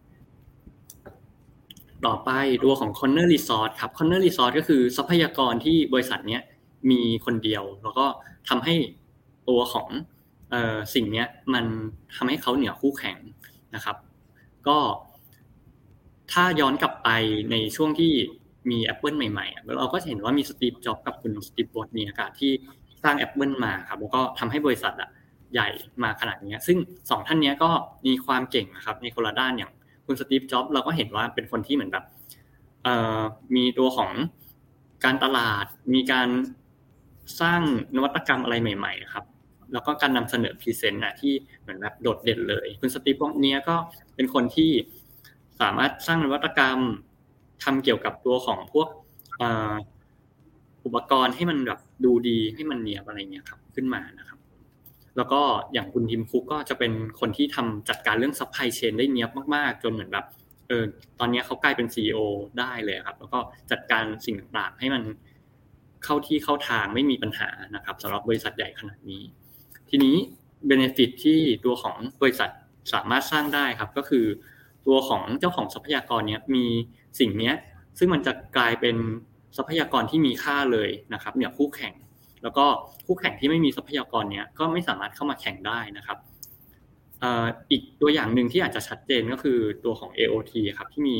ต่อไปตัวของ Corner Resort ครับ Corner Resort ก็คือทรัพยากรที่บริษัทนี้มีคนเดียวแล้วก็ทำให้ตัวของสิ่งนี้มันทำให้เขาเหนือคู่แข่งนะครับก็ถ้าย้อนกลับไปในช่วงที่มี Apple ใหม่ๆเราก็เห็นว่ามีสตีฟจ็อบส์กับคุณสตีฟ วอตนี่นะครับที่สร้าง Apple มาครับแล้วก็ทำให้บริษัทใหญ่มาขนาดนี้ซึ่ง2ท่านนี้ก็มีความเก่งนะครับในคนละด้านอย่างคุณสตีฟ จ็อบส์เราก็เห็นว่าเป็นคนที่เหมือนแบบมีตัวของการตลาดมีการสร้างนวัตกรรมอะไรใหม่ๆครับแล้วก็การนำเสนอพรีเซนต์ที่เหมือนแบบโดดเด่นเลยคุณสตีฟ วอตนี่ก็เป็นคนที่สามารถสร้างนวัตกรรมทำเกี่ยวกับตัวของพวกอุปกรณ์ให้มันแบบดูดีให้มันเนียบอะไรเงี้ยครับขึ้นมานะครับแล้วก็อย่างคุณทิมคุกก็จะเป็นคนที่ทำจัดการเรื่องซัพพลายเชนได้เนียบมากๆจนเหมือนแบบตอนนี้เขากลายเป็น CEO ได้เลยครับแล้วก็จัดการสิ่งต่างๆให้มันเข้าที่เข้าทางไม่มีปัญหานะครับสำหรับบริษัทใหญ่ขนาดนี้ทีนี้ benefit ที่ตัวของบริษัทสามารถสร้างได้ครับก็คือตัวของเจ้าของทรัพยากรเนี้ยมีสิ่งเนี้ยซึ่งมันจะกลายเป็นทรัพยากรที่มีค่าเลยนะครับเนี่ยคู่แข่งแล้วก็คู่แข่งที่ไม่มีทรัพยากรเนี้ยก็ไม่สามารถเข้ามาแข่งได้นะครับอีกตัวอย่างหนึ่งที่อาจจะชัดเจนก็คือตัวของ AOT ครับที่มี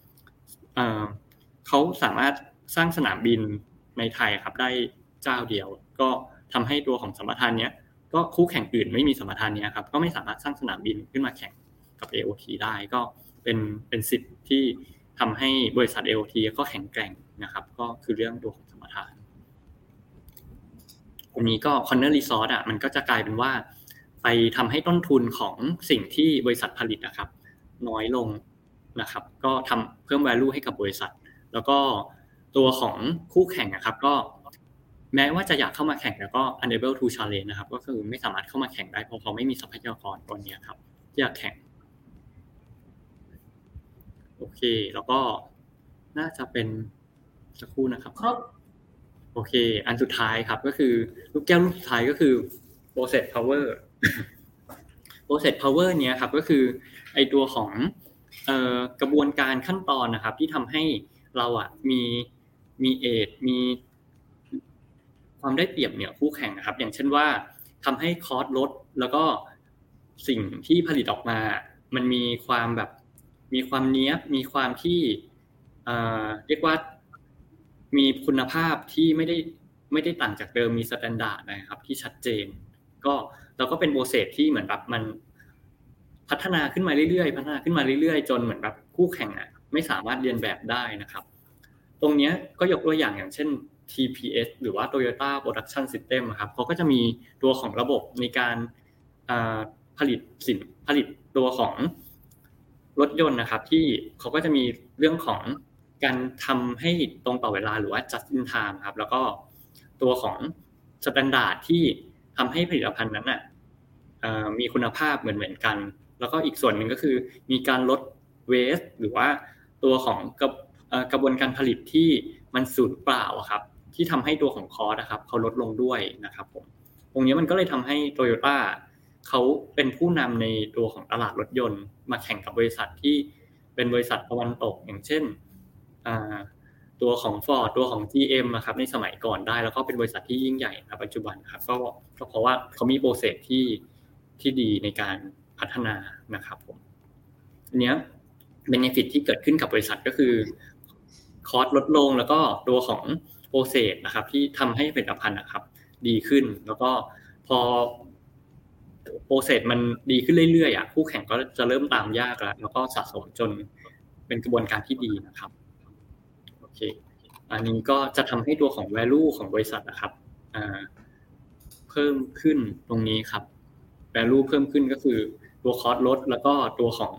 เขาสามารถสร้างสนามบินในไทยครับได้เจ้าเดียวก็ทำให้ตัวของสัมปทานเนี้ยก็คู่แข่งอื่นไม่มีสัมปทานเนี้ยครับก็ไม่สามารถสร้างสนามบินขึ้นมาแข่งกับ AOT ได้ก็เป็นสิทธิ์ที่ทำให้บริษัท AOT ก็แข็งแกร่งนะครับก็คือเรื่องตัวของสัมปทานอันนี้ก็ Corner Resort มันก็จะกลายเป็นว่าไปทำให้ต้นทุนของสิ่งที่บริษัทผลิตนะครับน้อยลงนะครับก็ทำเพิ่ม value ให้กับบริษัทแล้วก็ตัวของคู่แข่งนะครับก็แม้ว่าจะอยากเข้ามาแข่งแต่ก็ unable to challenge นะครับก็คือไม่สามารถเข้ามาแข่งได้เพราะเขาไม่มีทรัพยากรตัวนี้ครับที่จะแข่งโอเคแล้วก็น่าจะเป็นสักครู่นะครับครบโอเคอันสุดท้ายครับก็คือลูกแก้วลูกสุดท้ายก็คือ process power process power เนี้ยครับก็คือไอตัวของกระบวนการขั้นตอนนะครับที่ทำให้เรามีเอจมีความได้เปรียบเหนือคู่แข่งนะครับอย่างเช่นว่าทำให้คอสลดแล้วก็สิ่งที่ผลิตออกมามันมีความแบบมีความเนี้ยบมีความที่เรียกว่ามีคุณภาพที่ไม่ได้ต่างจากเดิมมีสแตนดาร์ดนะครับที่ชัดเจนก็แล้วก็เป็นโปรเซสที่เหมือนแบบมันพัฒนาขึ้นมาเรื่อยๆจนเหมือนแบบคู่แข่งไม่สามารถเรียนแบบได้นะครับตรงนี้ก็ยกตัวอย่างเช่น TPS หรือว่า Toyota Production System ครับเขาก็จะมีตัวของระบบในการผลิตตัวของรถยนต์นะครับที่เขาก็จะมีเรื่องของการทำให้ตรงต่อเวลาหรือว่า just in time ครับแล้วก็ตัวของ standard ที่ทำให้ผลิตภัณฑ์นั้นมีคุณภาพเหมือนกันแล้วก็อีกส่วนหนึ่งก็คือมีการลด waste หรือว่าตัวของกระบวนการผลิตที่มันสูญเปล่าครับที่ทำให้ตัวของคอสนะครับเขาลดลงด้วยนะครับผมตรงนี้มันก็เลยทำให้ Toyota เขาเป็นผู้นำในตัวของตลาดรถยนต์มาแข่งกับบริษัทที่เป็นบริษัทตะวันตกอย่างเช่นตัวของ Ford ตัวของ GM นะครับในสมัยก่อนได้แล้วก็เป็นบริษัทที่ยิ่งใหญ่ในปัจจุบันครับก็เพราะว่าเขามีโปรเซสที่ดีในการพัฒนานะครับผมอันนี้ benefit ที่เกิดขึ้นกับบริษัทก็คือคอสลดลงแล้วก็ตัวของโปรเซสนะครับที่ทำให้ผลิตภัณฑ์นะครับดีขึ้นแล้วก็พอโปรเซสมันดีขึ้นเรื่อยๆคู่แข่งก็จะเริ่มตามยากแล้วก็สะสมจนเป็นกระบวนการที่ดีนะครับโอเคอันนี้ก็จะทำให้ตัวของ value ของบริษัทนะครับเพิ่มขึ้นตรงนี้ครับ value เพิ่มขึ้นก็คือตัว cost ลดแล้วก็ตัวของ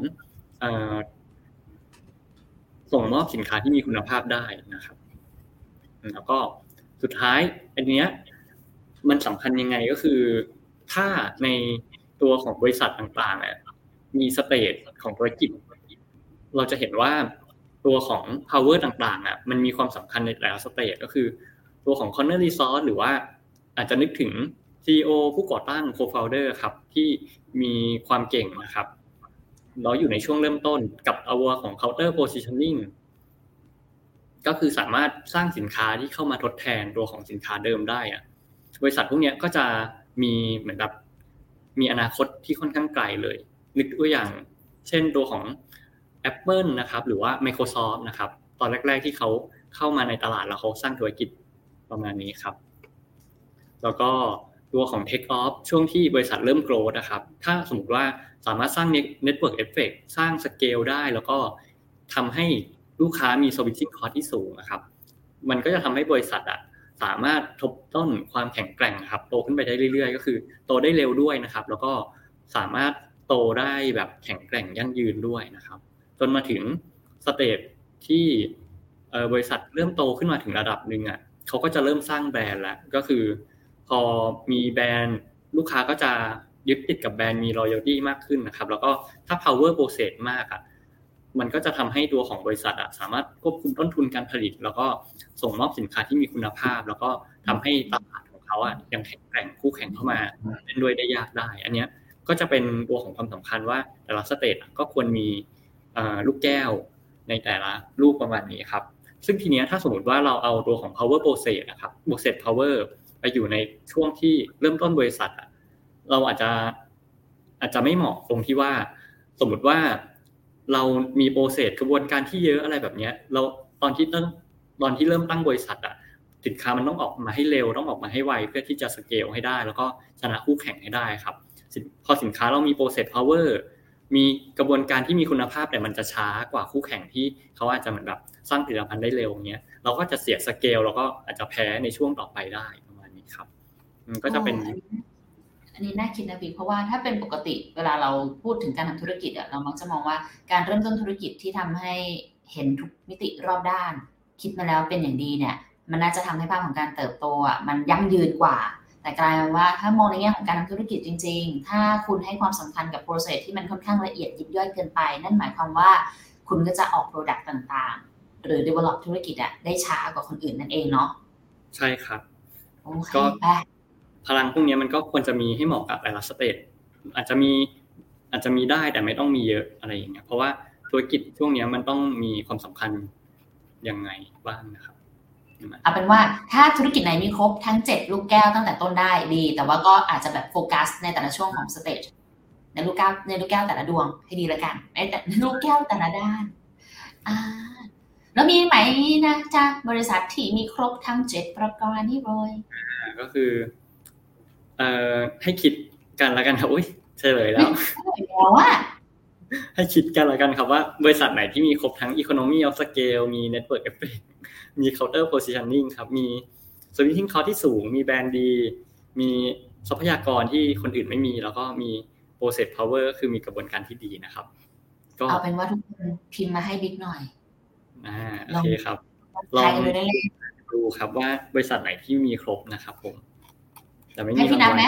ส่งมอบสินค้าที่มีคุณภาพได้นะครับแล้วก็สุดท้ายอันเนี้ยมันสำคัญยังไงก็คือถ้าในตัวของบริษัทต่างๆมีสเตจของธุรกิจเราจะเห็นว่าตัวของ power ต่างๆมันมีความสำคัญในแต่ละสเตจก็คือตัวของ corner resource หรือว่าอาจจะนึกถึง CEO ผู้ก่อตั้ง co-founder ครับที่มีความเก่งนะครับเราอยู่ในช่วงเริ่มต้นกับตัวของ counter positioning ก็คือสามารถสร้างสินค้าที่เข้ามาทดแทนตัวของสินค้าเดิมได้บริษัทพวกนี้ก็จะมีเหมือนแบบมีอนาคตที่ค่อนข้างไกลเลยนึกตัวอย่างเช่นตัวของ Apple นะครับหรือว่า Microsoft นะครับตอนแรกๆที่เขาเข้ามาในตลาดแล้วเขาสร้างธุรกิจประมาณนี้ครับแล้วก็ตัวของ Take Off ช่วงที่บริษัทเริ่ม growth นะครับถ้าสมมติว่าสามารถสร้าง network effect สร้าง scale ได้แล้วก็ทำให้ลูกค้ามี switching cost ที่สูงนะครับมันก็จะทำให้บริษัทสามารถทบต้นความแข็งแกร่งครับโตขึ้นไปได้เรื่อยๆก็คือโตได้เร็วด้วยนะครับแล้วก็สามารถโตได้แบบแข็งแกร่งยั่งยืนด้วยนะครับจนมาถึงสเตจที่บริษัทเริ่มโตขึ้นมาถึงระดับนึงเขาก็จะเริ่มสร้างแบรนด์แล้วก็คือพอมีแบรนด์ลูกค้าก็จะยึดติดกับแบรนด์มี loyalty มากขึ้นนะครับแล้วก็ถ้า power process มากมันก็จะทำให้ตัวของบริษัทสามารถควบคุมต้นทุนการผลิตแล้วก็ส่งมอบสินค้าที่มีคุณภาพแล้วก็ทำให้ตลาดของเขายังแข็งแกร่งคู่แข่งเข้ามาเล่นด้วยได้ยากได้อันนี้ก็จะเป็นตัวของความสำคัญว่าแต่ละสเตจก็ควรมีลูกแก้วในแต่ละลูกประมาณนี้ครับซึ่งทีนี้ถ้าสมมติว่าเราเอาตัวของ power process นะครับ process power ไปอยู่ในช่วงที่เริ่มต้นบริษัทเราอาจจะไม่เหมาะตรงที่ว่าสมมติว่าเรามีโปรเซสกระบวนการที่เยอะอะไรแบบนี้เราตอนที่เริ่มตั้งบริษัทสินค้ามันต้องออกมาให้เร็วต้องออกมาให้ไวเพื่อที่จะสเกลให้ได้แล้วก็ชนะคู่แข่งให้ได้ครับพอสินค้าเรามีโปรเซสพาวเวอร์มีกระบวนการที่มีคุณภาพแต่มันจะช้ากว่าคู่แข่งที่เขาอาจจะเหมือนแบบสร้างผลิตภัณฑ์ได้เร็วอย่างเงี้ยเราก็จะเสียสเกลแล้วก็อาจจะแพ้ในช่วงต่อไปได้ประมาณนี้ครับก็จะเป็นอันนี้น่าคิดนะพี่เพราะว่าถ้าเป็นปกติเวลาเราพูดถึงการทำธุรกิจเรามักจะมองว่าการเริ่มต้นธุรกิจที่ทำให้เห็นทุกมิติรอบด้านคิดมาแล้วเป็นอย่างดีเนี่ยมันน่าจะทำให้ภาพของการเติบโตมันยั่งยืนกว่าแต่กลายเป็นว่าถ้ามองในแง่ของการทำธุรกิจจริงๆถ้าคุณให้ความสำคัญกับ process ที่มันค่อนข้างละเอียดยิบย่อยเกินไปนั่นหมายความว่าคุณก็จะออก product ต่างๆหรือ develop ธุรกิจได้ช้ากว่าคนอื่นนั่นเองเนาะใช่ครับก็พลังพวกนี้มันก็ควรจะมีให้เหมาะกับแต่ละสเตจอาจจะมีได้แต่ไม่ต้องมีเยอะอะไรอย่างเงี้ยเพราะว่าธุรกิจช่วงนี้มันต้องมีความสำคัญยังไงบ้างนะครับเอาเป็นว่าถ้าธุรกิจไหนมีครบทั้ง7ลูกแก้วตั้งแต่ต้นได้ดีแต่ว่าก็อาจจะแบบโฟกัสในแต่ละช่วงของสเตจในลูกแก้วแต่ละดวงให้ดีแล้วกันแต่ลูกแก้วแต่ละด้านแล้วมีไหมนะจ๊ะบริษัทที่มีครบทั้ง7ประการนี้เลยก็คือให้คิดกันแล้วกันครับอุ้ยเฉลยแล้วให้คิดกันแล้วกันครับว่าบริษัทไหนที่มีครบทั้ง economy of scale มี network effect มี counter positioning ครับมี switching cost ที่สูงมีแบรนด์ดีมีทรัพยากรที่คนอื่นไม่มีแล้วก็มี process power คือมีกระบวนการที่ดีนะครับก็เอาเป็นว่าทุกคนพิมพ์มาให้บิ๊กหน่อยโอเคครับลองดูครับว่าบริษัทไหนที่มีครบนะครับผมแต่ไม่มีพี่นับไหม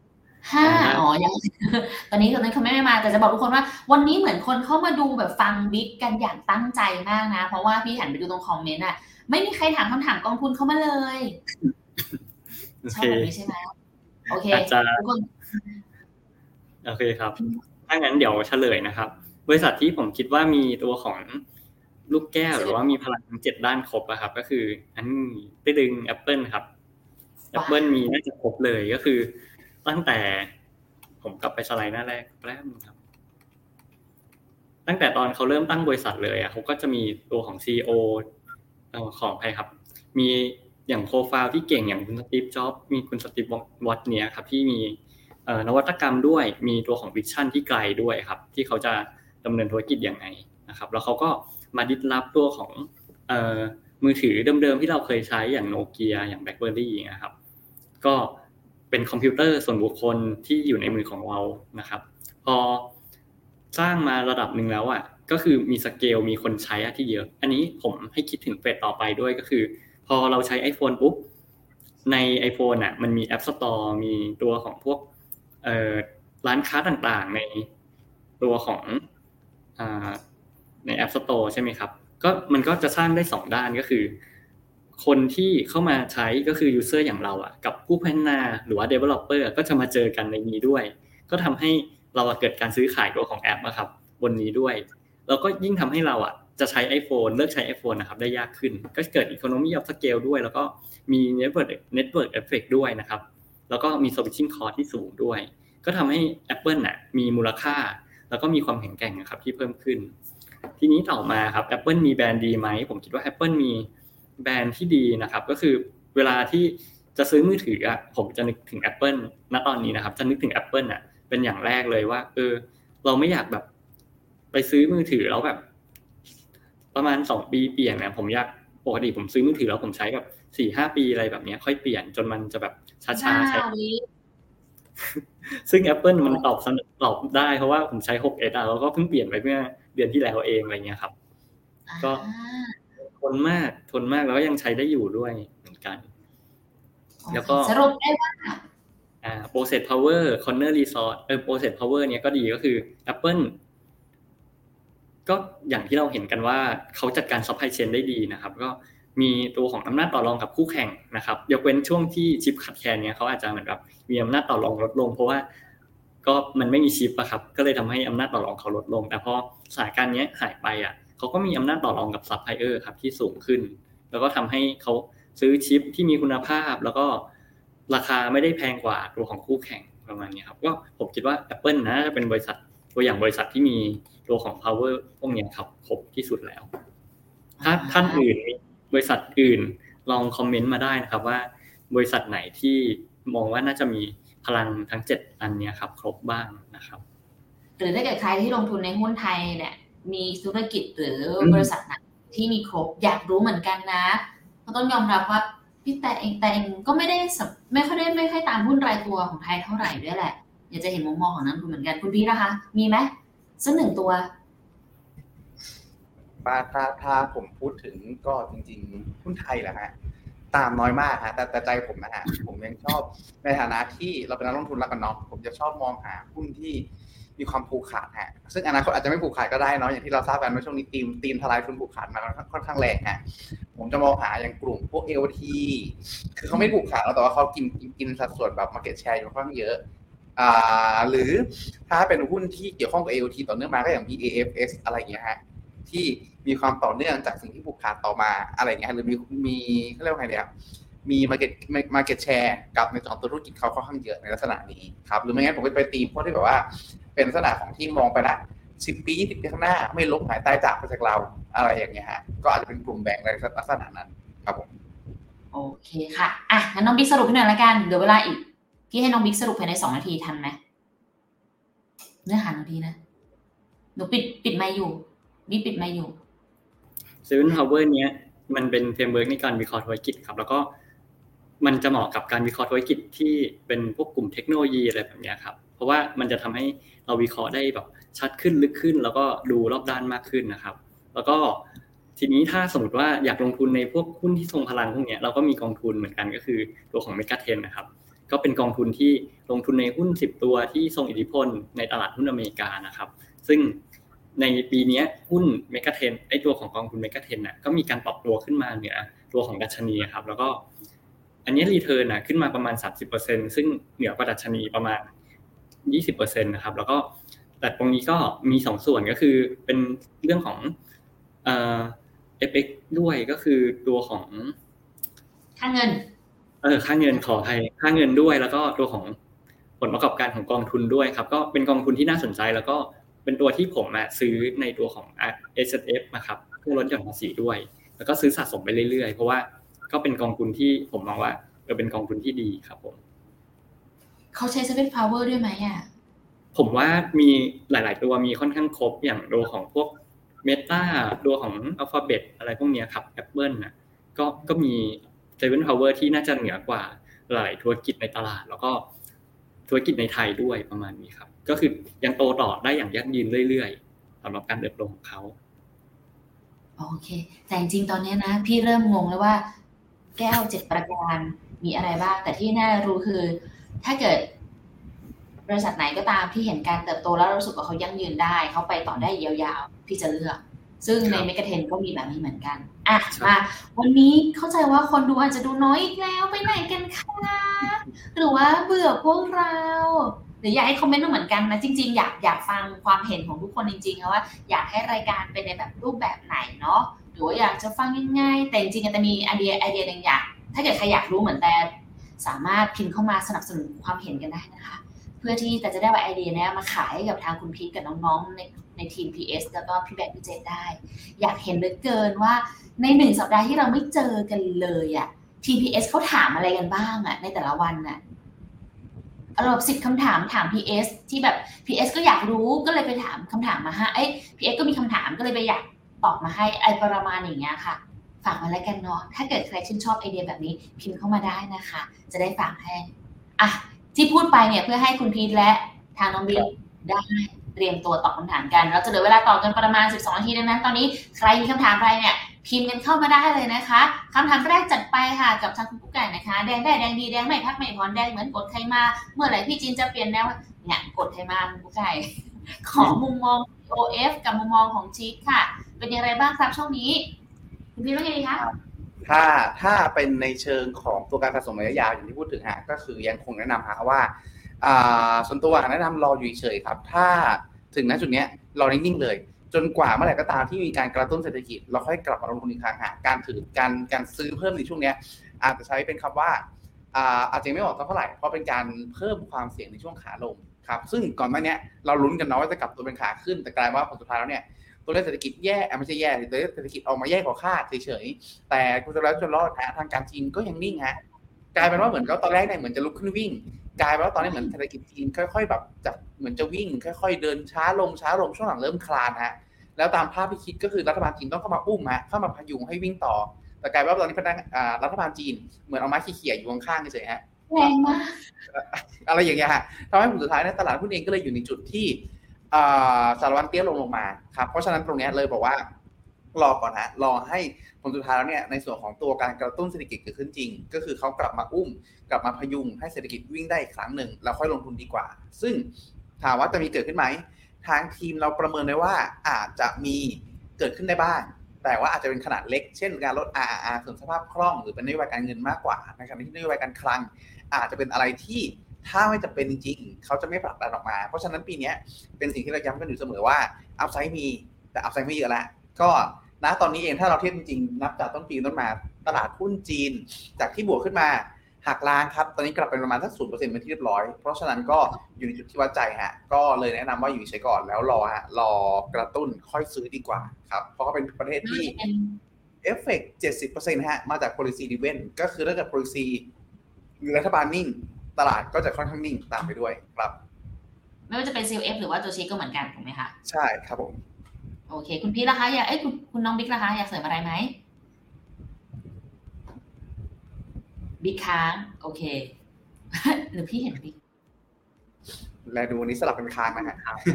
5ยังตอนนี้เขาไม่มาแต่จะบอกทุกคนว่าวันนี้เหมือนคนเข้ามาดูแบบฟังบิ๊กกันอย่างตั้งใจมากนะเพราะว่าพี่หันไปดูตรงคอมเมนต์ไม่มีใครถามคำถามกองทุนเข้ามาเลยชอบแบบนี้ใช่ไหมโอเคทุกคนโอเคครับถ้างั้นเดี๋ยวเฉลยนะครับบริษัทที่ผมคิดว่ามีตัวของลูกแก้วหรือว่ามีพลังทั้ง7ด้านครบครับก็คืออันนี้ไปดึง Apple ครับ Apple มีน่าจะครบเลยก็คือตั้งแต่ผมกลับไปสไลด์หน้าแรกแป๊บนึงครับตั้งแต่ตอนเขาเริ่มตั้งบริษัทเลยเขาก็จะมีตัวของ CEO ของใครครับมีอย่างโคฟาวที่เก่งอย่างคุณสตีฟจ็อบส์มีคุณสตีฟวอตเนี่ยครับที่มีนวัตกรรมด้วยมีตัวของวิชั่นที่ไกลด้วยครับที่เขาจะดำเนินธุรกิจยังไงนะครับแล้วเขาก็มาดิสรับตัวของมือถือเดิมๆที่เราเคยใช้อย่างโนเกียอย่าง BlackBerry นะครับก็เป็นคอมพิวเตอร์ส่วนบุคคลที่อยู่ในมือของเรานะครับพอสร้างมาระดับหนึ่งแล้วอ่ะก็คือมีสเกลมีคนใช้ที่เยอะอันนี้ผมให้คิดถึงเฟสต่อไปด้วยก็คือพอเราใช้ iPhone ปุ๊บใน iPhone อ่ะมันมี App Store มีตัวของพวกร้านค้าต่างๆในตัวของใน App Store ใช่ไหมครับก็มันก็จะสร้างได้2ด้านก็คือคนที่เข้ามาใช้ก็คือ user อย่างเราอ่ะกับผู้พัฒนาหรือว่า developer ก็จะมาเจอกันในนี้ด้วยก็ทำให้เราเกิดการซื้อขายตัวของแอปนะครับบนนี้ด้วยแล้วก็ยิ่งทำให้เราอ่ะจะใช้ iPhone เลิกใช้ iPhone นะครับได้ยากขึ้นก็เกิด economy of scale ด้วยแล้วก็มี network effect ด้วยนะครับแล้วก็มี switching cost ที่สูงด้วยก็ทำให้ Apple น่ะมีมูลค่าแล้วก็มีความแข็งแกร่งนะครับที่เพิ่มขึ้นทีนี้ต่อมาครับ Apple มีแบรนด์ดีไหมผมคิดว่า Apple มีแบรนด์ที่ดีนะครับก็คือเวลาที่จะซื้อมือถืออ่ะผมจะนึกถึง Apple ณตอนนี้นะครับจะนึกถึง Apple น่ะเป็นอย่างแรกเลยว่าเราไม่อยากแบบไปซื้อมือถือแล้วแบบประมาณ2ปีเปลี่ยนนะผมอยากปกติผมซื้อมือถือแล้วผมใช้แบบ 4-5 ปีอะไรแบบนี้ค่อยเปลี่ยนจนมันจะแบบช้าๆใช้ซึ่ง Apple มันตอบได้เพราะว่าผมใช้ 6S อ่ะแล้วก็เพิ่งเปลี่ยนไปเมื่อเดือนที่แล้วเองอะไรเงี้ยครับก็ทนมากแล้วก็ยังใช้ได้อยู่ด้วยเหมือนกันแล้วก็สรุปได้ว่า process power corner resource process power เนี่ยก็ดีก็คือ Apple ก็อย่างที่เราเห็นกันว่าเขาจัดการ supply chain ได้ดีนะครับก็มีตัวของอำนาจต่อรองกับคู่แข่งนะครับยกเว้นช่วงที่ชิปขาดแคลนเนี่ยเขาอาจจะเหมือนแบบมีอำนาจต่อรองลดลงเพราะว่าก็มันไม่มีชิปอะครับก็เลยทำให้อำนาจต่อรองเขาลดลงแต่พอสถานการณ์นี้หายไปอ่ะเขาก็มีอำนาจต่อรองกับซัพพลายเออร์ครับที่สูงขึ้นแล้วก็ทำให้เขาซื้อชิปที่มีคุณภาพแล้วก็ราคาไม่ได้แพงกว่าตัวของคู่แข่งประมาณนี้ครับก็ผมคิดว่า Apple นะจะเป็นบริษัทตัวอย่างบริษัทที่มีตัวของ power พวกนี้ครับครบที่สุดแล้วถ้าท่านอื่นบริษัทอื่นลองคอมเมนต์มาได้นะครับว่าบริษัทไหนที่มองว่าน่าจะมีพลังทั้ง7อันนี้ครับครบบ้างนะครับหรือถ้าเกิดใครที่ลงทุนในหุ้นไทยเนี่ยมีธุรกิจหรือบริษัทไหนที่มีครบอยากรู้เหมือนกันนะก็ต้องยอมรับว่าพี่แต่เองก็ไม่ค่อยตามหุ้นรายตัวของไทยเท่าไหร่ด้วยแหละอยากจะเห็นมุมมองของนักลงทุนเหมือนกันคุณพี่นะคะมีไหมสัก1ตัวถ้าผมพูดถึงก็จริงๆหุ้นไทยแหละฮะตามน้อยมากฮะแต่ใจผมนะฮะผมยังชอบในฐานะที่เราเป็นนักลงทุนแล้วกันเนาะผมจะชอบมองหาหุ้นที่มีความผูกขาดฮะซึ่งอนาคตอาจจะไม่ผูกขาดก็ได้เนาะอย่างที่เราทราบกันว่าช่วงนี้ตีมทลายทุนผูกขาดมาค่อนข้างแรงฮะผมจะมองหาอย่างกลุ่มพวก LT คือเขาไม่ผูกขาดแล้วแต่ว่าเขากินสัดส่วนแบบ market share อยู่ค่อนข้างเยอะหรือถ้าเป็นหุ้นที่เกี่ยวข้องกับ LT ต่อเนื่องมาก็อย่าง BAFS อะไรอย่างเงี้ยฮะที่มีความต่อเนื่องจากสิ่งที่ผูกขาดต่อมาอะไรอย่างเงี้ยหรือมีเขาเรียกว่าไงเนี่ยมี market share กับในตัวธุรกิจเขาค่อนข้างเยอะในลักษณะนี้ครับหรือไม่งั้นผมก็ไปตีพวกที่แบบว่าเป็นลักษณะของที่มองไปละ10 ปี 20 ปีข้างหน้าไม่ล้มหายตายจากไปจากเราอะไรอย่างเงี้ยฮะก็อาจจะเป็นกลุ่มแบ่งในลักษณะนั้นครับผมโอเคค่ะงั้นน้องบิ๊กสรุปให้หน่อยละกันเหลือเวลาอีกพี่ให้น้องบิ๊กสรุปภายใน2 นาทีทันไหมเนื้อหาน้องดีนะหนูปิดไมค์อยู่บิ๊กปิดไมค์อยู่ Seven Power เนี้ยมันเป็นเฟรมเวิร์กในการวิเคราะห์ธุรกิจครับแล้วก็มันจะเหมาะกับการวิเคราะห์ธุรกิจที่เป็นพวกกลุ่มเทคโนโลยีอะไรแบบนี้ครับเพราะว่ามันจะทำให้เราวิเคราะห์ได้แบบชัดขึ้นลึกขึ้นแล้วก็ดูรอบด้านมากขึ้นนะครับแล้วก็ทีนี้ถ้าสมมติว่าอยากลงทุนในพวกหุ้นที่ทรงพลังพวกนี้เราก็มีกองทุนเหมือนกันก็คือตัวของ Megatrend นะครับก็เป็นกองทุนที่ลงทุนในหุ้น10ตัวที่ทรงอิทธิพลในตลาดหุ้นอเมริกานะครับซึ่งในปีนี้หุ้นเมกะเทรนด์ตัวของกองทุนเมกะเทรนด์ก็มีการปรับตัวขึ้นมาเหนือตัวของดัชนีครับแล้วก็อันนี้รีเทิร์นขึ้นมาประมาณ 30% ซึ่งเหนือกว่าดัชนีประมาณ 20% นะครับแล้วก็แต่ตรงนี้ก็มี2ส่วนก็คือเป็นเรื่องของFX ด้วยก็คือตัวของค่าเงินค่าเงินขออภัยค่าเงินด้วยแล้วก็ตัวของผลประกอบการของกองทุนด้วยครับก็เป็นกองทุนที่น่าสนใจแล้วก็เป็นตัวที่ผมซื้อในตัวของ S&F นะครับเพื่อลดหย่อนภาษีด้วยแล้วก็ซื้อสะสมไปเรื่อยๆเพราะว่าก็เป็นกองทุนที่ผมมองว่าเป็นกองทุนที่ดีครับผมเขาใช้ Seven Power ด้วยไหมผมว่ามีหลายๆตัวมีค่อนข้างครบอย่างตัวของพวก Meta ตัวของ Alphabet อะไรพวกนี้ครับ Apple นะก็มี Seven Power ที่น่าจะเหนือกว่าหลายธุรกิจในตลาดแล้วก็ธุรกิจในไทยด้วยประมาณนี้ครับก็คือยังโตต่อได้อย่างยั่งยืนเรื่อยๆสำหรับการเติบโตของเขาโอเคแต่จริงๆตอนนี้นะพี่เริ่มงงแล้วว่าแก้ว7ประการมีอะไรบ้างแต่ที่น่ารู้คือถ้าเกิดบริษัทไหนก็ตามที่เห็นการเติบโตแล้วรู้สึกว่าเขายั่งยืนได้เขาไปต่อได้ยาวๆพี่จะเลือกซึ่งในเมกะเทรนด์ก็มีแบบนี้เหมือนกันมาวันนี้เข้าใจว่าคนดูอาจจะดูน้อยอีกแล้วไปไหนกันคะหรือว่าเบื่อพวกเราหรืออยากให้คอมเมนต์มาเหมือนกันนะจริงๆอยากฟังความเห็นของทุกคนจริงๆนะว่าอยากให้รายการเป็นในแบบรูปแบบไหนเนาะหรือว่าอยากจะฟังยังไงแต่จริงๆจะมีไอเดียนึงอยากถ้าเกิดใครอยากรู้เหมือนแต่สามารถพิมพ์เข้ามาสนับสนุนความเห็นกันได้นะคะเพื่อที่แต่จะได้ว่าไอเดียนี้มาขายให้กับทางคุณพีทกับน้องๆในทีม PS แล้วก็พี่แบงค์พี่เจได้อยากเห็นเหลือเกินว่าใน1สัปดาห์ที่เราไม่เจอกันเลยอ่ะ TPS เขาถามอะไรกันบ้างอ่ะในแต่ละวันน่ะเรา10คำถามถาม PS ที่แบบ PS ก็อยากรู้ก็เลยไปถามคำถามมาให้PS ก็มีคำถามก็เลยไปอยากตอบมาให้ประมาณอย่างเงี้ยค่ะฝากมาแล้วกันเนาะถ้าเกิดใครชื่นชอบไอเดียแบบนี้พิมพ์เข้ามาได้นะคะจะได้ฝากให้ที่พูดไปเนี่ยเพื่อให้คุณพีทและทางน้องบิ๊กได้เตรียมตัวตอบคำถามกันเราจะเหลือเวลาตอบกันประมาณ12นาทีดังนั้นตอนนี้ใครมีคำถามอะไรเนี่ยพิมพ์กันเข้ามาได้เลยนะคะคำถามแรกจัดไปค่ะกับทางคุณกุ๊กไก่นะคะแดงได้แดงดีแดงไม่พักไม่ถอนแดงเหมือนกดใครมาเมื่อไหร่พี่จีนจะเปลี่ยนแนวเนี่ยกดใครมาคุณกุ๊กไก่ของมุมมอง OF กับมุมมองของชีคค่ะเป็นอย่างไรบ้างครับช่วงนี้คุณพีทว่าไงดีคะถ้าเป็นในเชิงของตัวการสะสมระยะยาวอย่างที่พูดถึงฮะก็คือยังคงแนะนำฮะว่าส่วนตัวแนะนำรออยู่เฉยครับถ้าถึงณจุดนี้รอนิ่งๆเลยจนกว่าเมื่อไหร่ก็ตามที่มีการกระตุ้นเศรษฐกิจเราค่อยกลับมาลงทุนอีกครั้งฮะการซื้อเพิ่มในช่วงนี้อาจจะใช้เป็นคำว่าอาจจะไม่ออกเท่าไหร่เพราะเป็นการเพิ่มความเสี่ยงในช่วงขาลงครับซึ่งก่อนหน้านี้เราลุ้นกันเนาะว่าจะกลับตัวเป็นขาขึ้นแต่กลายว่าผลสุดท้ายแล้วเนี่ยตัวเลขเศรษฐกิจแย่ไม่ใช่แย่ตัวเลขเศรษฐกิจออกมาแย่กว่าคาดเฉยๆแต่คุณจะแล้วจนรอดทางการจีนก็ยังนิ่งฮะกลายเป็นว่าเหมือนเขาตอนแรกเนี่ยเหมือนจะลุกขึ้นวิ่งกลายเป็นว่าตอนนี้เหมือนเศรษฐกิจจีนค่อยๆแบบจากเหมือนจะวิ่งค่อยๆเดินช้าลงช่วงหลังเริ่มคลานฮะแล้วตามภาพที่คิดก็คือรัฐบาลจีนต้องเข้ามาอุ้มฮะเข้ามาพยุงให้วิ่งต่อแต่กลายเป็นว่าตอนนี้รัฐบาลจีนเหมือนเอาไม้เขี่ยอยู่ข้างๆเฉยๆฮะแรงมากอะไรอย่างเงี้ยฮะทำให้ผลสุดท้ายในตลาดหุ้นเองก็เลยอยู่ในจุดที่สารวัตรเตี้ยลงมาครับเพราะฉะนั้นตรงนี้เลยบอกว่ารอก่อนฮะรอให้ผลสุดท้ายแล้วเนี่ยในส่วนของตัวการกระตุ้นเศรษฐกิจเกิดขึ้นจริงก็คือเขากลับมาอุ้มกลับมาพยุงให้เศรษฐกิจวิ่งได้อีกครั้งหนึ่งแล้วค่อยลงทุนดีกว่าซึ่งถามว่าจะมีเกิดขึ้นไหมทางทีมเราประเมินไว้ว่าอาจจะมีเกิดขึ้นได้บ้างแต่ว่าอาจจะเป็นขนาดเล็กเช่นการลด RRR ส่วนสภาพคล่องหรือเป็นนโยบายการเงินมากกว่านะครับที่นโยบายการคลังอาจจะเป็นอะไรที่ถ้าไม่จะเป็นจริงๆเขาจะไม่ผลักดันออกมาเพราะฉะนั้นปีนี้เป็นสิ่งที่เราย้ำกันอยู่เสมอว่าอัพไซด์มีแต่อัพไซด์ไม่เยอะแล้วก็ณตอนนี้เองถ้าเราเทียบจริงๆนับจากต้นปีต้นมาตลาดหุ้นจีนจากที่บวกขึ้นมาหักล้างครับตอนนี้กลับเป็นประมาณสัก 0% เป็นที่เรียบร้อยเพราะฉะนั้นก็อยู่ในจุดที่วัดใจฮะก็เลยแนะนำว่าอยู่เฉยก่อนแล้วรอกระตุ้นค่อยซื้อดีกว่าครับเพราะเขาเป็นประเทศที่เอฟเฟกต์ 70% ฮะมาจาก policy driven ก็คือถ้าเกิด policy หรือรัฐบาลนิ่งตลาดก็จะค่อนข้างนิ่งตามไปด้วยครับไม่ว่าจะเป็น CLF หรือว่าตัวชีก็เหมือนกันถูกไหมคะใช่ครับผมโอเคคุณพี่ล่ะคะอยากคุณน้องบิ๊กล่ะคะอยากเสริมอะไรไหมบิ๊กค้างโอเคหรือพี่เห็นบิ๊กแลดูวันนี้สลับเป็นค้างนะฮะ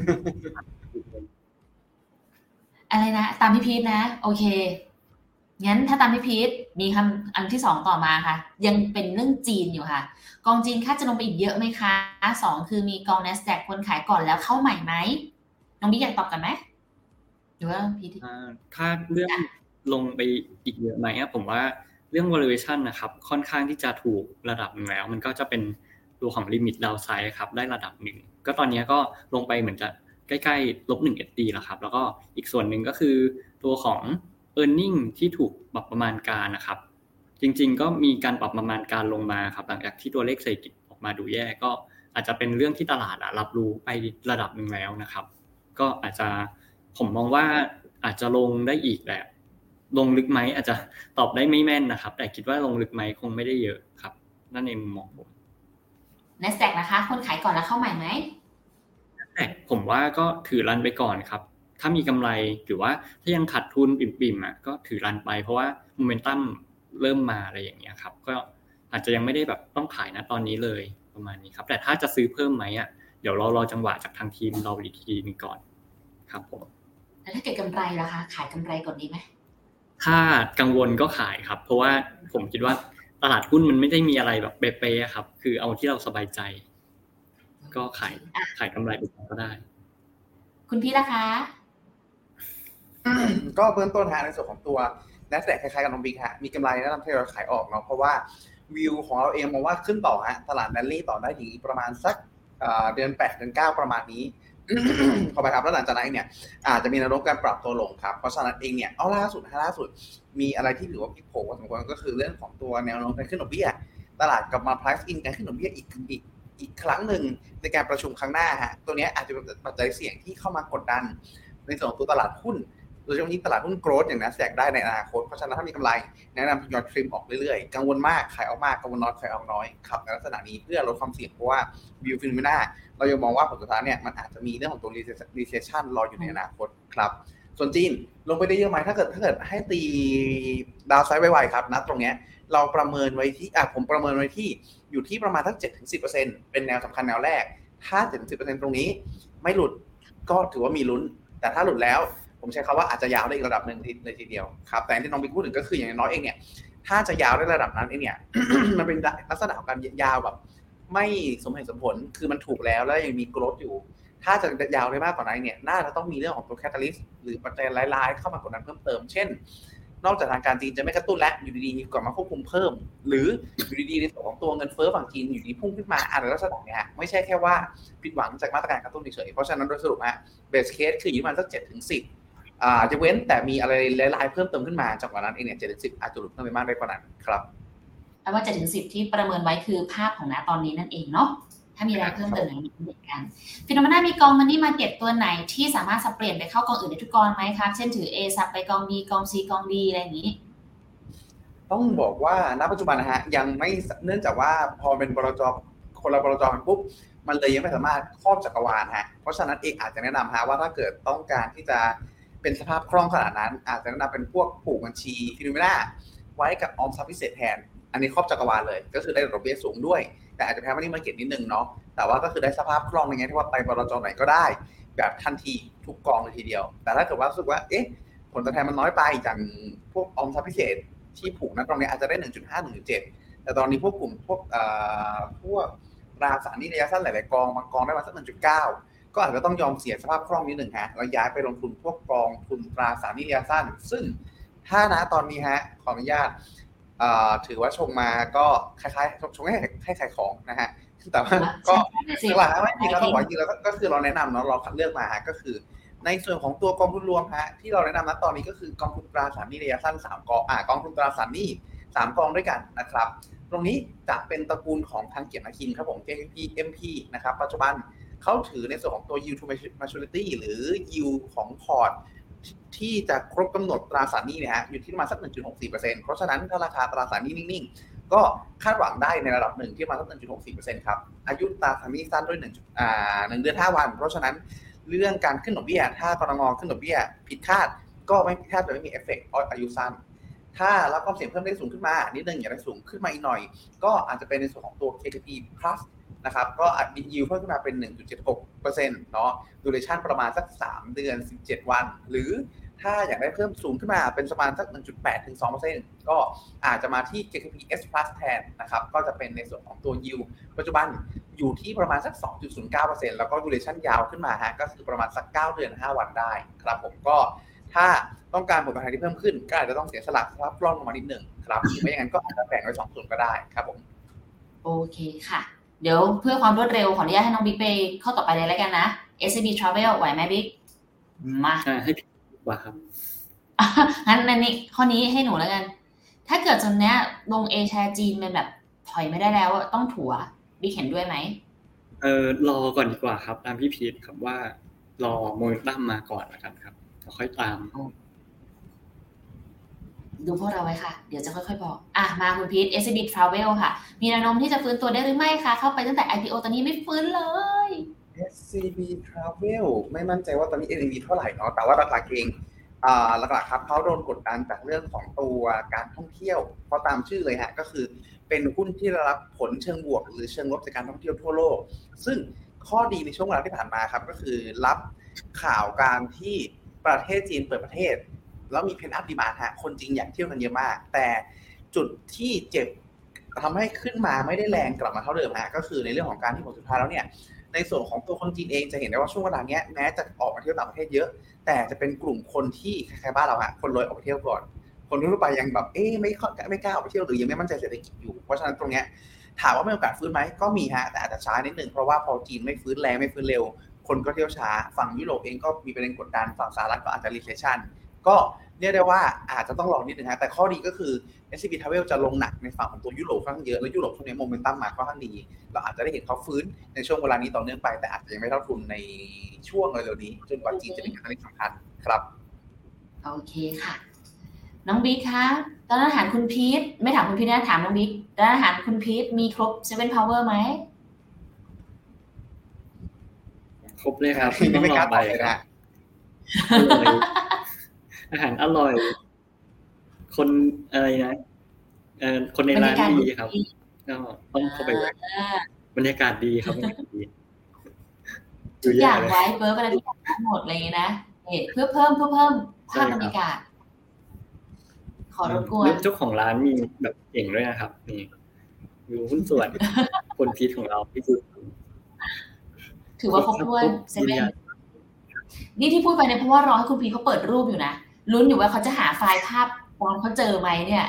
อะไรนะตามพี่พีทนะโอเคงั้นถ้าตามพี่พีทมีคำอันที่2ต่อมาค่ะยังเป็นเรื่องจีนอยู่ค่ะกองจีนคาดจะลงไปอีกเยอะไหมคะ2คือมีกอง NASDAQ คนขายก่อนแล้วเข้าใหม่ไหมน้องบิ๊กอยากตอบกันไหมหรือว่าพีทถ้าเรื่องลงไปอีกเยอะไหมผมว่าเรื่อง valuation นะครับค่อนข้างที่จะถูกระดับนึงแล้วมันก็จะเป็นตัวของ limit downside ครับได้ระดับหนึ่งก็ตอนนี้ก็ลงไปเหมือนจะใกล้ๆ-1 SD แล้วครับแล้วก็อีกส่วนหนึ่งก็คือตัวของ earning ที่ถูกปรับประมาณการนะครับจริงๆก็มีการปรับประมาณการลงมาครับหลังจากที่ตัวเลขเศรษฐกิจออกมาดูแย่ก็อาจจะเป็นเรื่องที่ตลาดรับรู้ไประดับนึงแล้วนะครับก็อาจจะผมมองว่าอาจจะลงได้อีกแหละลงลึกไหมอาจจะตอบได้ไม่แม่นนะครับแต่คิดว่าลงลึกไหมคงไม่ได้เยอะครับนั่นเองมุมมองผม NASDAQ นะคะคนขายก่อนแล้วเข้าใหม่ไหม NASDAQ ผมว่าก็ถือรันไปก่อนครับถ้ามีกำไรหรือว่าถ้ายังขาดทุนปิ่มๆก็ถือรันไปเพราะว่าโมเมนตัมเริ่มมาอะไรอย่างเงี้ยครับก็อาจจะยังไม่ได้แบบต้องขายนะตอนนี้เลยประมาณนี้ครับแต่ถ้าจะซื้อเพิ่มไหมอ่ะเดี๋ยวรอจังหวะจากทางทีมเราอีกทีนึงก่อนครับผมแล้วถ้าเกิดกำไรล่ะคะขายกำไรก่อนดีไหมถ้ากังวลก็ขายครับเพราะว่าผมคิดว่าตลาดหุ้นมันไม่ได้มีอะไรแบบเป๊ะๆครับคือเอาที่เราสบายใจก็ขายกำไรไปก่อนก็ได้คุณพี่ล่ะคะก็เบื้องต้นในส่วนของตัว NASDAQ คล้ายๆกับน้องบิ๊กฮะมีกำไรแนะนำให้เราขายออกเนาะเพราะว่าวิวของเราเองมองว่าขึ้นต่อฮะตลาดแรลลี่ต่อได้ถึงประมาณสักเดือน8เดือน9ประมาณนี้ ขอไปครับแล้วหลังจากนั้นเนี่ยอาจจะมีแนวโน้มการปรับตัวลงครับเพราะฉะนั้นเองเนี่ยล่าสุดมีอะไรที่ถือว่าพลิกโผพอสมควรก็คือเรื่องของตัวแนวโน้มการขึ้นดอกเบี้ยตลาดกลับมา price in การขึ้นดอกเบี้ยอีกครั้งหนึ่งในการประชุมครั้งหน้าฮะตัวนี้อาจจะเป็นปัจจัยเสี่ยงที่เข้ามากดดันในส่วนของตัวตลาดหุ้นโดยเฉพาะนี้ตลาดหุ้นโกรทอย่างNASDAQได้ในอนาคตเพราะฉะนั้นถ้ามีกำไรแนะนำทยอยทริมออกเรื่อยๆกังวลมากขายออกมากกังวลน้อยขายออกน้อยครับในลักษณะนี้เพื่อลดความเสี่ยงเพราะว่าวิวฟิโนเมนาเรายังมองว่าผลสุดท้ายเนี่ยมันอาจจะมีเรื่องของตัว recession รออยู่ในอนาคตครับส่วนจีนลงไปได้เยอะไหมถ้าเกิดให้ตีดาวไซด์ไวๆครับณตรงเนี้ยเราประเมินไว้ที่ผมประเมินไว้ที่อยู่ที่ประมาณทั้ง 7-10% เป็นแนวสำคัญแนวแรกถ้า 7-10% ตรงนี้ไม่หลุดก็ถือว่ามีลุ้นแต่ถ้าหลุดแล้วผมใช้คำว่าอาจจะยาวได้อีกระดับหนึ่งเลยทีเดียวครับแต่ที่น้องบิ๊กพูดถึงก็คืออย่างน้อยเองเนี่ยถ้าจะยาวได้ระดับนั้นเองเนี่ย มันเป็นลักษณะของการยาวแบบไม่สมเหตุสมผลคือมันถูกแล้วยังมีโกรธอยู่ถ้าจะยาวได้มากกว่านั้นเนี่ยน่าจะต้องมีเรื่องของตัวแคตาลิสต์หรือปัจจัยร้ายๆเข้ามากดดันเพิ่มเติมเช่นนอกจากทางการจีนจะไม่กระตุ้นและอยู่ดีๆก่อนมาควบคุมเพิ่มหรืออยู่ดีๆในส่วนของตัวเงินเฟ้อฝั่งจีนอยู่ดีพุ่งขึ้นมาอะไรลักษณะเนี้ยไม่ใช่แค่ว่าผิดหวังจากมาตรการกระตุ้นเฉยๆเพราะฉะนั้นโดยสรุปเบสเคสคืออยู่ประมาณสัก 7-10จะเว้นแต่มีอะไรหลายๆเพิ่มเติมขึ้นมาจากวันนั้นเองเนี่ย 7-10 อาจจะหลุดเพิ่มไปมากได้กว่านั้นครับแปลว่า 7-10 ที่ประเมินไว้คือภาพของณตอนนี้นั่นเองเนาะถ้ามีอะไรเพิ่มเติมอย่างนี้เหมือนกันฟิโนเมนามีกองมันนี่มาเก็ตตัวไหนที่สามารถสับเปลี่ยนไปเข้ากองอื่นได้ทุกกองไหมครับเช่นถือ A สับไปกอง B กอง C กอง D อะไรอย่างนี้ต้องบอกว่าณปัจจุบันนะฮะยังไม่เนื่องจากว่าพอเป็นบลจ.คนละบลจ.กันปุ๊บมันเลยยังไม่สามารถครอบจักรวาลฮะเพราะฉะนั้นเองอาจจะแนะนำฮะว่าถ้าเกิดต้องการที่จะเป็นสภาพคล่องขนาดนั้นอาจจะแนะนำเป็นพวกผูกบัญชีฟิโนเมนาไว้กับออมทรัพย์พิเศษแทนอันนี้ครอบจักรวาลเลยก็คือได้ดอกเบี้ยสูงด้วยแต่อาจจะแพ้มันนี่มาเก็ตนิดนึงเนาะแต่ว่าก็คือได้สภาพคล่องในแง่ที่ว่าไปบลจ.ไหนก็ได้แบบทันทีทุกกองเลยทีเดียวแต่ถ้าเกิดว่ารู้สึกว่าผลตอบแทนมันน้อยไปจากพวกออมทรัพย์พิเศษที่ผูกนะตรงนี้อาจจะได้ 1.5 1.7 แต่ตอนนี้พวกกลุ่มพวกตราสารหนี้ระยะสั้นหลายๆกองบางกองได้มาสัก 1.9 ก็อาจจะต้องยอมเสียสภาพคล่องนิดหนึ่งฮะแล้วย้ายไปลงทุนพวกกองทุนตราสารหนี้ระยะสั้นซึ่งถ้านะตอนนี้ฮะขออนุญาตถือว่าชงมาก็คล้ายๆชงให้ขายของนะฮะแต่ว่าก็หลักๆไม่มีแล้วต้องบอกจริงแล้วก็คือเราแนะนำเนาะเราคัดเลือกมาฮะก็คือในส่วนของตัวกองทุนรวมฮะที่เราแนะนำณตอนนี้ก็คือกองทุนตราสารหนี้ระยะสั้น3กองกองทุนตราสารหนี้3กองด้วยกันนะครับตรงนี้จะเป็นตระกูลของทางเกียรตินาคินครับผม JP MP นะครับปัจจุบันเขาถือในส่วนของตัว yield to maturity หรือ yield ของพอร์ตที่จะครบกำหนดตราสารหนี้เนี่ยฮะอยู่ที่ประมาณสัก 1.64% เพราะฉะนั้นถ้าราคาตราสารหนี้นิ่งๆก็คาดหวังได้ในระดับหนึ่งที่ประมาณสัก 1.64% ครับอายุตราสารหนี้สั้นด้วย1เดือน5วันเพราะฉะนั้นเรื่องการขึ้นดอกเบี้ยถ้ากรงงขึ้นดอกเบี้ยผิดคาดก็ไม่ผิดคาดโดยไม่มีเอฟเฟกต์เพราะอายุสั้นถ้ารับความเสี่ยงเพิ่มได้สูงขึ้นมานิดนึงอยากได้สูงขึ้นมาอีกหน่อยก็อาจจะเป็นในส่วนของตัว KTP Plus นะครับก็อาจมี yield เพิ่มขึ้นมาเป็น 1.76% เนาะ duration ประมาณสัก3เดือน17วันหรือถ้าอยากได้เพิ่มสูงขึ้นมาเป็นประมาณสัก 1.8 ถึง 2% ก็อาจจะมาที่ KTP S Plus แทนนะครับก็จะเป็นในส่วนของตัว yield ปัจจุบันอยู่ที่ประมาณสัก 2.09% แล้วก็ duration ยาวขึ้นมาฮะก็คือประมาณสัก9เดือน5วันได้ครับผมก็ถ้าต้องการผลตอบแทนที่เพิ่มขึ้นก็อาจจะต้องเสียสละสภาพคล่องลงมานิดหนึ่งครับไม่อย่างนั้นก็อาจจะแบ่งไว้2ส่วนก็ได้ครับผมโอเคค่ะเดี๋ยวเพื่อความรวดเร็วขออนุญาตให้น้องบิ๊กไปเข้าต่อไปเลยแล้วกันนะ SCB Travel ไหวไหมบิ๊กมาให้พี่ว่าครับงั้นในนี้ข้อนี้ให้หนูแล้วกันถ้าเกิดจนเนี้ยลง A share จีนเป็นแบบถอยไม่ได้แล้วต้องถัวบิ๊กเห็นด้วยไหมรอก่อนดีกว่าครับตามพี่พีทครับว่ารอโมเมนตัมมาก่อนแล้วกันครับค่อยตามดูพวกเราไว้ค่ะเดี๋ยวจะค่อยๆบอกมาคุณพีท SCB Travel ค่ะมีแนวโน้มที่จะฟื้นตัวได้หรือไม่คะเข้าไปตั้งแต่ IPO ตอนนี้ไม่ฟื้นเลย SCB Travel ไม่มั่นใจว่าตอนนี้ NAV เท่าไหร่เนาะแต่ว่าหลักๆเองหลักๆครับเขาโดนกดดันจากเรื่องของตัวการท่องเที่ยวเพราะตามชื่อเลยฮะก็คือเป็นหุ้นที่ได้รับผลเชิงบวกหรือเชิงลบจากการท่องเที่ยวทั่วโลกซึ่งข้อดีในช่วงเวลาที่ผ่านมาครับก็คือรับข่าวการที่ประเทศจีนเปิดประเทศแล้วมีเพนท์อัพดีมานด์ฮะคนจีนอยากเที่ยวกันเยอะมากแต่จุดที่เจ็บทำให้ขึ้นมาไม่ได้แรงกลับมาเท่าเดิมฮะก็คือในเรื่องของการที่ผลสุดท้ายแล้วเนี่ยในส่วนของตัวคนจีนเองจะเห็นได้ว่าช่วงเวลานี้แม้จะออกมาเที่ยวต่างประเทศเยอะแต่จะเป็นกลุ่มคนที่คล้ายๆบ้านเราฮะคนรวยออกไปเที่ยวก่อนคนทั่วไปยังแบบไม่กล้าออกไปเที่ยวหรือยังไม่มั่นใจเศรษฐกิจอยู่เพราะฉะนั้นตรงเนี้ยถามว่ามีโอกาสฟื้นไหมก็มีฮะแต่อาจจะช้านิดนึงเพราะว่าพอจีนไม่ฟื้นแรงไม่ฟื้นเร็วคนก็เที่ยวช้าฝั่งยุโรปเองก็มีประเด็นกดดันฝั่งสหรัฐก็อาจจะ recession ก็เรียกได้ว่าอาจจะต้องรอนิดนึงฮะแต่ข้อดีก็คือ S&P Travel จะลงหนักในฝั่งของตัวยุโรปค่อนข้างเยอะแล้วยุโรปช่วงนี้โมเมนตัมมาค่อนข้างดีเราอาจจะได้เห็นเขาฟื้นในช่วงเวลานี้ต่อเนื่องไปแต่อาจจะยังไม่เท่าทุนในช่วงเร็วๆนี้จนกว่าจีนจะเป็นการสำคัญครับโอเคค่ะน้องบิ๊กคะร้านอาหารคุณพีทไม่ถามคุณพีทนะถามน้องบิ๊กร้านอาหารคุณพีทมีครบ7 Power ไหมครบเลยครับต้องลองไปครับอาหารอร่อยคนอะไรนะคนในร้านดีครับก็ต้องเข้าไปบรรยากาศดีครับบรรยากาศดีทุกอย่างไว้เปิดอะไรทุกอย่างทั้งหมดเลยนะเพื่อเพิ่มภาพบรรยากาศขอรบกวนเจ้าของร้านมีแบบเก่งด้วยนะครับนี่อยู่หุ้นส่วนคนพีทของเราที่ถือว่าครบถ้วนเซเว่นนี่ที่พูดไปเนี่ยเพราะว่ารอให้คุณพีเขาเปิดรูปอยู่นะลุ้นอยู่ว่าเขาจะหาไฟล์ภาพตอนเขาเจอไหมเนี่ย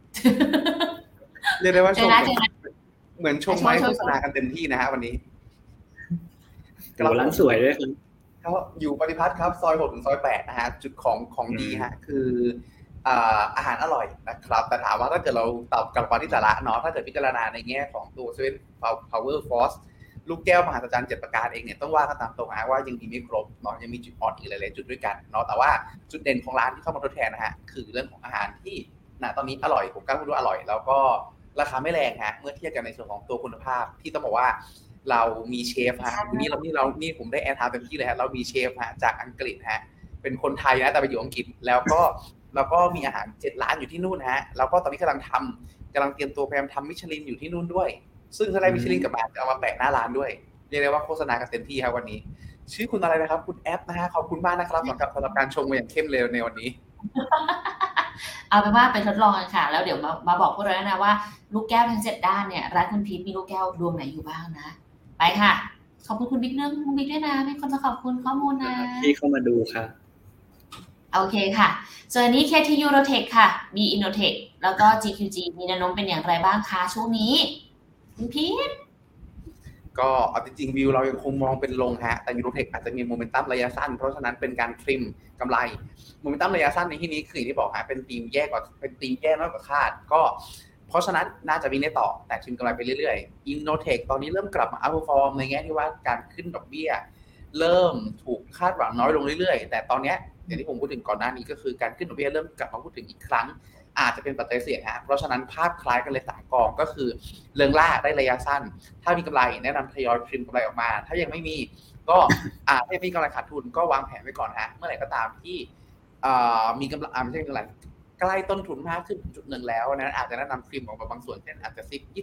เรียกได้ว่าชมเหมือนชมไม้โฆษณากันเต็มที่นะฮะวันนี้ร้านสวยด้วยเขาอยู่ปฏิพัฒน์ครับซอย6ถึงซอย8นะฮะจุดของดีฮะคืออาหารอร่อยนะครับแต่ถามว่าถ้าเกิดเราตอบกลับมาที่สาระเนาะถ้าเกิดพิจารณาในแง่ของตัวเซเว่นพาวเวอร์ฟอร์สลูกแก้วมหาศาล7ประการเองเนี่ยต้องว่ากันตามตรงว่ายังมีไม่ครบเนาะยังมีจุดอ่อนอีกหลายๆจุดด้วยกันเนาะแต่ว่าจุดเด่นของร้านที่เข้ามาทดแทนนะฮะคือเรื่องของอาหารที่ตอนนี้อร่อยผมกล้าพูดว่าอร่อยแล้วก็ราคาไม่แรงฮะเมื่อเทียบกันในส่วนของตัวคุณภาพที่ต้องบอกว่าเรามีเชฟฮะนี่ผมได้แอร์ไทม์เต็มที่เลยฮะเรามีเชฟฮะจากอังกฤษฮะเป็นคนไทยนะแต่ไปอยู่อังกฤษแล้วก็มีอาหาร7ร้านอยู่ที่นู่นฮะแล้วก็ตอนนี้กำลังเตรียมตัวพยายามทำมิชลินอยู่ที่นู่นด้วยซึ่งถ้าได้มิชลินกลับมาจะเอามาแปะหน้าร้านด้วยเรียกได้ว่าโฆษณากันเต็มที่ครับวันนี้ชื่อคุณอะไรนะครับคุณแอปนะฮะขอบคุณมากนะครับสำหรับการชมมาอย่างเข้มเลยในวันนี้เอาเป็นว่าไปทดลองกันค่ะแล้วเดี๋ยวมาบอกพวกเรานะว่าลูกแก้วทั้ง7ด้านเนี่ยร้านคุณพีทมีลูกแก้วดวงไหนอยู่บ้างนะไปค่ะขอบคุณคุณบิ๊กเนื่องคุณบิ๊กด้วยนะมีคนมาขอบคุณข้อมูลนะที่เข้ามาดูค่ะโอเคค่ะส่วนนี้ KT Eurotech ค่ะ B Innotech แล้วก็ GQG มีแนวโน้มเป็นอย่างไรบ้างคะช่วงนี้คุณพีทก็เอาจริงๆวิวเรายังคงมองเป็นลงฮะแต่ Eurotech อาจจะมีโมเมนตัมระยะสั้นเพราะฉะนั้นเป็นการทริมกำไรโมเมนตัมระยะสั้นในที่นี้คืออย่างที่บอกฮะเป็นธีมแย่น้อยกว่าคาดก็เพราะฉะนั้นน่าจะวิ่งได้ต่อแต่ทริมกำไรไปเรื่อยๆ Innotech ตอนนี้เริ่มกลับมาอัพฟอร์มในแง่ที่ว่าการขึ้นดอกเบี้ยเริ่มถูกคาดหวังน้อยลงเรื่อยๆแต่ตอนนี้อย่างที่ผมพูดถึงก่อนหน้านี้ก็คือการขึ้นดอกเบี้ยเริ่มกลับมาพูดถึงอีกครั้งอาจจะเป็นปัจจัยเสี่ยงฮะเพราะฉะนั้นภาพคล้ายกันเลย3กองก็คือเริงล่าได้ระยะสั้นถ้ามีกำไรแนะนำทยอยทริมกำไรออกมาถ้ายังไม่มีก็ถ้ามีกำไรขาดทุนก็วางแผนไว้ก่อนฮะเมื่อไหร่ก็ตามที่มีกำไรไม่ใช่กำไรใกล้ต้นทุนมากขึ้นจุดหนึ่งแล้วนั้นอาจจะแนะนำทริมออกมาบางส่วนเช่นอาจจะ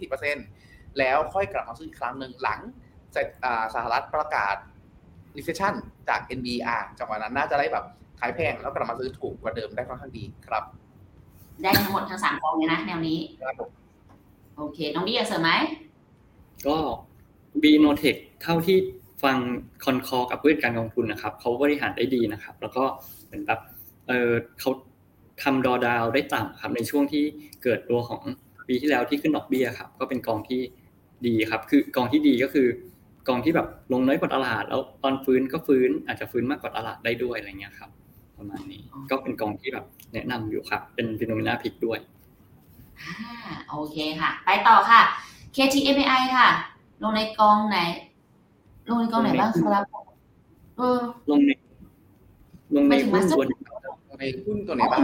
20% แล้วค่อยกลับมาซื้ออีกครั้งนึงหลังจากสหรัฐประกาศrecession จาก NBR จังหวะนั้นน่าจะได้แบบขายแพงแล้วกลับมาซื้อถูกกว่าเดิมได้ค่อนข้างดีครับได้ทั้งหมดทั้ง3กองเลยนะแนวนี้ครับผมโอเคน้องบี้อยากเสริมไหมก็ B Innotech เท่าที่ฟังคอนคอกับผู้จัดการกองทุนนะครับเขาบริหารได้ดีนะครับแล้วก็เหมือนแบบเขาทำดอดาวได้ต่ำครับในช่วงที่เกิดตัวของปีที่แล้วที่ขึ้นดอกเบี้ยครับก็เป็นกองที่ดีครับคือกองที่ดีก็คือกองที่แบบลงน้อยกว่าตลาดแล้วตอนฟื้นก็ฟื้นอาจจะฟื้นมากกว่าตลาดได้ด้วยอะไรเงี้ยครับประมาณนี้ก็เป็นกองที่แบบแนะนำอยู่ครับเป็น Phenomena Pick ด้วยโอเคค่ะไปต่อค่ะ KTMAI ค่ะลงในกองไหนบ้างครับลงในหุ้นตัวไหนบ้าง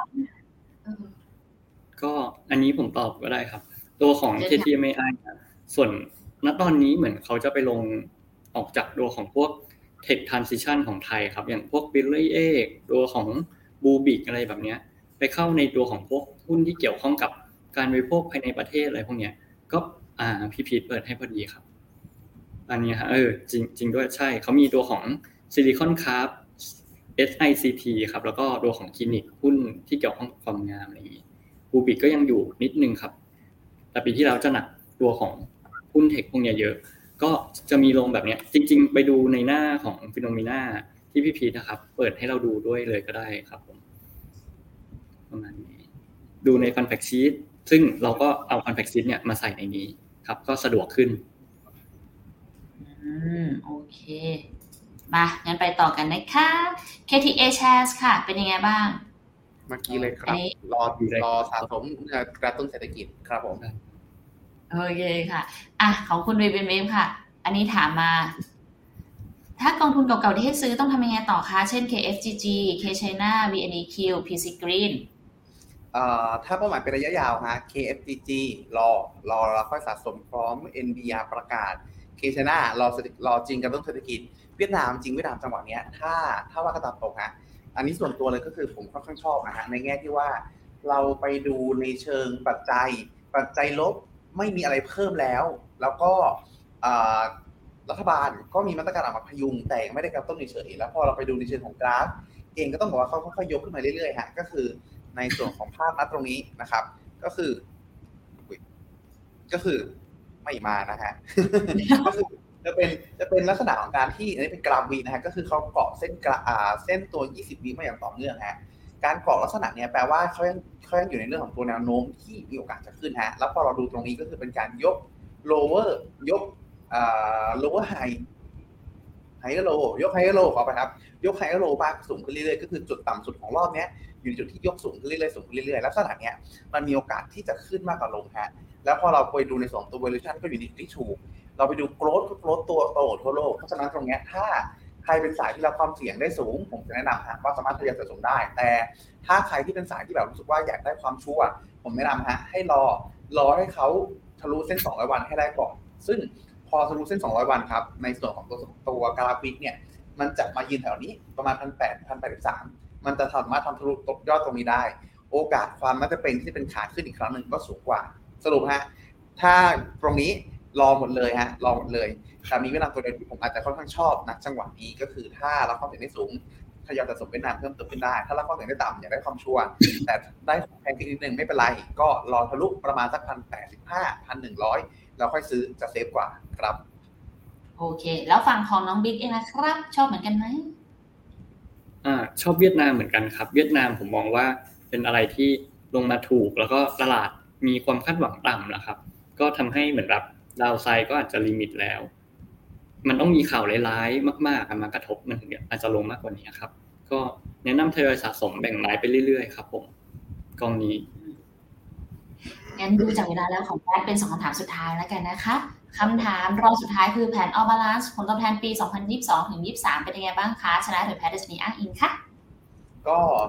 ก็อันนี้ผมตอบก็ได้ครับตัวของ KTMAI ส่วนณตอนนี้เหมือนเขาจะไปลงออกจากตัวของพวกTech Transition ของไทยครับอย่างพวก Billy ตัวของบูบิกอะไรแบบเนี้ยไปเข้าในตัวของพวกหุ้นที่เกี่ยวข้องกับการบริโภคภายในประเทศอะไรพวกเนี้ยก็พี่พีทเปิดให้พอดีครับอันนี้ฮะจริงด้วยใช่เขามีตัวของ Silicon Carb SICT ครับแล้วก็ตัวของคลินิกหุ้นที่เกี่ยวข้องกับความงามอะไรอย่างงี้บูบิกก็ยังอยู่นิดนึงครับแต่ปีที่แล้วจะหนักตัวของหุ้นเทคพวกเนี้ยเยอะก็จะมีลงแบบเนี้ยจริงๆไปดูในหน้าของ Phenomena ที่พี่พีทนะครับเปิดให้เราดูด้วยเลยก็ได้ครับผมประมาณนี้ดูใน Fund Fact Sheet ซึ่งเราก็เอา Fund Fact Sheet เนี่ยมาใส่ในนี้ครับก็สะดวกขึ้นโอเคมางั้นไปต่อกันนะคะ KTA Shares ค่ะเป็นยังไงบ้างเมื่อกี้เลยครับรอสะสมกระตุ้นเศรษฐกิจครับผมโอเคค่ะของคุณรีเบนเวฟค่ะอันนี้ถามมาถ้ากองทุนเก่าๆที่ให้ซื้อต้องทำยังไงต่อคะเช่น KFGG K-China VNEQ PC Green ถ้าเป้าหมายเป็นระยะยาวฮะ KFGG รอแล้วค่อยสะสมพร้อม NBR ประกาศ K-China รอจริงกระตุ้นเศรษฐกิจเวียดนามจังหวะเนี้ยถ้าว่าก็ตามตรงฮะอันนี้ส่วนตัวเลยก็คือผมค่อนข้างชอบนะฮะในแง่ที่ว่าเราไปดูในเชิงปัจจัยลบไม่มีอะไรเพิ่มแล้วก็รัฐบาลก็มีมาตรการออกมาพยุงแต่ไม่ได้กระตุ้นเฉยๆแล้วพอเราไปดูในเชิงของกราฟเองก็ต้องบอกว่าเขาค่อยๆยกขึ้นมาเรื่อยๆฮะก็คือในส่วนของภาพณตรงนี้นะครับก็คือไม่มานะฮะ ก็คือจะเป็นลักษณะของการที่อันนี้เป็นกราฟวีนะฮะก็คือเขาเกาะเส้นตัว20วิมาอย่างต่อเนื่องฮะการเกาะลักษณะเนี้ยแปลว่าเขายังอยู่ในเรื่องของตัวแนวโน้มที่มีโอกาสจะขึ้นฮะแล้วพอเราดูตรงนี้ก็คือเป็นการยก lower ยกlower high กับ low ยก high กับ low ขอไปครับยก high กับ low บ้างสูงขึ้นเรื่อยๆก็คือจุดต่ำสุดของรอบเนี้ยอยู่ในจุดที่ยกสูงขึ้นเรื่อยๆลักษณะเนี้ยมันมีโอกาสที่จะขึ้นมากกว่าลงฮะแล้วพอเราไปดูในส่วนตัว valuation ก็อยู่ในที่ถูกเราไปดู growth ตัวโตทั่วโลกเพราะฉะนั้นตรงเนี้ยถ้าใครเป็นสายที่รับความเสี่ยงได้สูงผมจะแนะนำฮะว่าสามารถทยอยสะสมได้แต่ถ้าใครที่เป็นสายที่แบบรู้สึกว่าอยากได้ความชัวร์ผมแนะนำฮะให้รอให้เขาทะลุเส้น200วันให้ได้ก่อนซึ่งพอทะลุเส้น200วันครับในส่วนของตัวกราฟิกเนี่ยมันจะมายืนแถวนี้ประมาณ 1,883 มันจะสามารถทำทะลุยอดตรงนี้ได้โอกาสความน่าจะเป็นที่เป็นขาขึ้นอีกครั้งหนึ่งก็สูงกว่าสรุปฮะถ้าตรงนี้รอหมดเลยแต่มีเวียดนามตัวเดียวที่ผมอาจจะค่อนข้างชอบนะจังหวะนี้ก็คือถ้ารับความเสี่ยงได้สูงทยอยสะสมเวียดนามเพิ่มเติมขึ้นได้ถ้ารับความเสี่ยงได้ต่ำอยากได้ความชัวร์แต่ได้แพงนิดนึงไม่เป็นไรก็รอทะลุประมาณสัก 1,085 1,100 แล้วค่อยซื้อจะเซฟกว่าครับโอเคแล้วฝั่งของน้องบิ๊กเองนะครับชอบเหมือนกันไหมชอบเวียดนามเหมือนกันครับเวียดนามผมมองว่าเป็นอะไรที่ลงมาถูกแล้วก็ตลาดมีความคาดหวังต่ำนะครับก็ทำให้เหมือนแบบดาวไซด์ก็อาจจะลิมิตแล้วมันต้องมีข่าวร้ายๆมากๆมากระทบมันถึงอาจจะลงมากกว่านี้ครับก็แนะนำทยอยสะสมแบ่งรายไปเรื่อยๆครับผมกองนี้งั้นดูจากเวลาแล้วของแพทเป็น2คำถามสุดท้ายแล้วกันนะคะคำถามรองสุดท้ายคือแผน All Balance ผลตอบแทนปี 2022 ถึง 23 เป็นยังไงบ้างคะชนะหรือแพ้ดัชนีอ้างอิงค่ะก็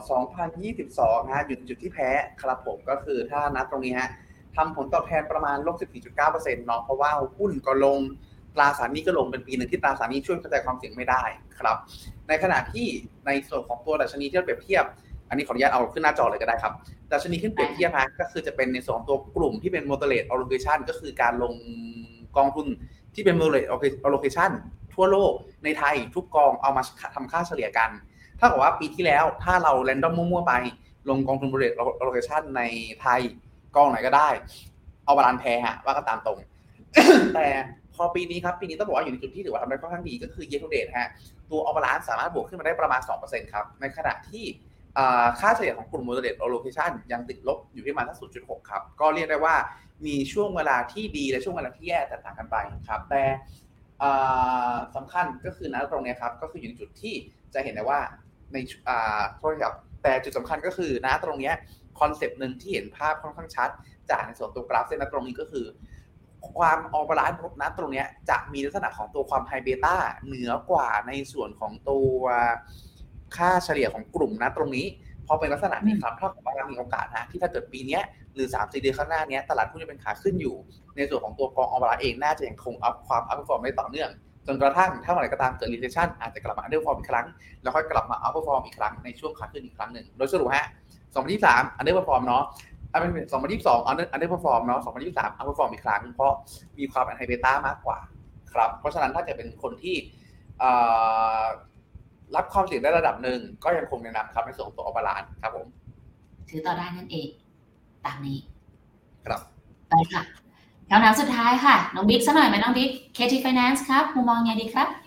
2022 ฮะจุดที่แพ้ครับผมก็คือถ้านับตรงนี้ฮะทำผลตอบแทนประมาณ -14.9% เนาะเพราะว่าหุ้นก็ลงตราสารหนี้ก็ลงเป็นปีหนึ่งที่ตราสารหนี้ช่วยกระจายความเสี่ยงไม่ได้ครับในขณะที่ในส่วนของตัวดัชนีที่เราเปรียบเทียบอันนี้ขออนุญาตเอาขึ้นหน้าจอเลยก็ได้ครับดัชนีขึ้นเปรียบเทียบฮะก็คือจะเป็นในส่วนของตัวกลุ่มที่เป็น moderate allocation ก็คือการลงกองทุนที่เป็น moderate allocation ทั่วโลกในไทยทุกกองเอามาทำค่าเฉลี่ยกันถ้าบอกว่าปีที่แล้วถ้าเราแรนดอมมั่วๆไปลงกองทุน moderate allocation ในไทยกองไหนก็ได้เอาบาลานซ์แพ้ฮะว่าก็ตามตรง แต่พอปีนี้ครับปีนี้ต้องบอกว่าอยู่ในจุดที่ถือว่าทำได้ค่อนข้างดีก็คือ year to date ฮะตัวเอาบาลานซ์สามารถบวกขึ้นมาได้ประมาณ 2% ครับในขณะที่ค่าเฉลี่ยของกลุ่ม moderate allocation ยังติดลบอยู่ที่ประมาณ 0.6 ครับก็เรียกได้ว่ามีช่วงเวลาที่ดีและช่วงเวลาที่แย่แตกต่างกันไปครับแต่สำคัญก็คือณตรงนี้ครับก็คืออยู่ในจุดที่จะเห็นได้ว่าในโทษครับแต่จุดสำคัญก็คือณตรงนี้คอนเซปต์หนึ่งที่เห็นภาพค่อนข้างชัดจากในส่วนตัวกราฟเส้นณตรงนี้ก็คือความออบาลานซ์ณตรงนี้จะมีลักษณะของตัวความไฮเบต้าเหนือกว่าในส่วนของตัวค่าเฉลี่ยของกลุ่มณตรงนี้พอเป็นลักษณะนี้ครับเท่ากับว่ามีโอกาสนะที่ถ้าเกิดปีนี้หรือ 3-4 เดือนข้างหน้านี้ตลาดหุ้นจะเป็นขาขึ้นอยู่ในส่วนของตัวกองออบาลานซ์เองน่าจะยังคงความอัพฟอร์มได้ต่อเนื่องจนกระทั่งถ้าเมื่อไหร่ก็ตามเกิด recession อาจจะกลับมา underperform อีกครั้งแล้วค่อยกลับมา outperform อีกครั้งในช่วงขาขึ้นอีกครั้งหนึ่งโดยสรุปฮะ2023 underperform เนาะเป็น2022 underperform เนาะ2023 outperform อีกครั้งเพราะมีความเป็นไฮเบต้ามากกว่าครับเพราะฉะนั้นถ้าเกิดเป็นคนที่รับความเสี่ยงได้ระดับหนึ่งก็ยังคงแนะนำครับในส่วนของตัวบาลานซ์ครับผมถือต่อได้นั่นเองตามนี้ครับไปค่ะคำถามสุดท้ายค่ะน้องบิ๊กซะหน่อยไหมน้องบิ๊ก KT Finance ครับมุมมองไงดีครับ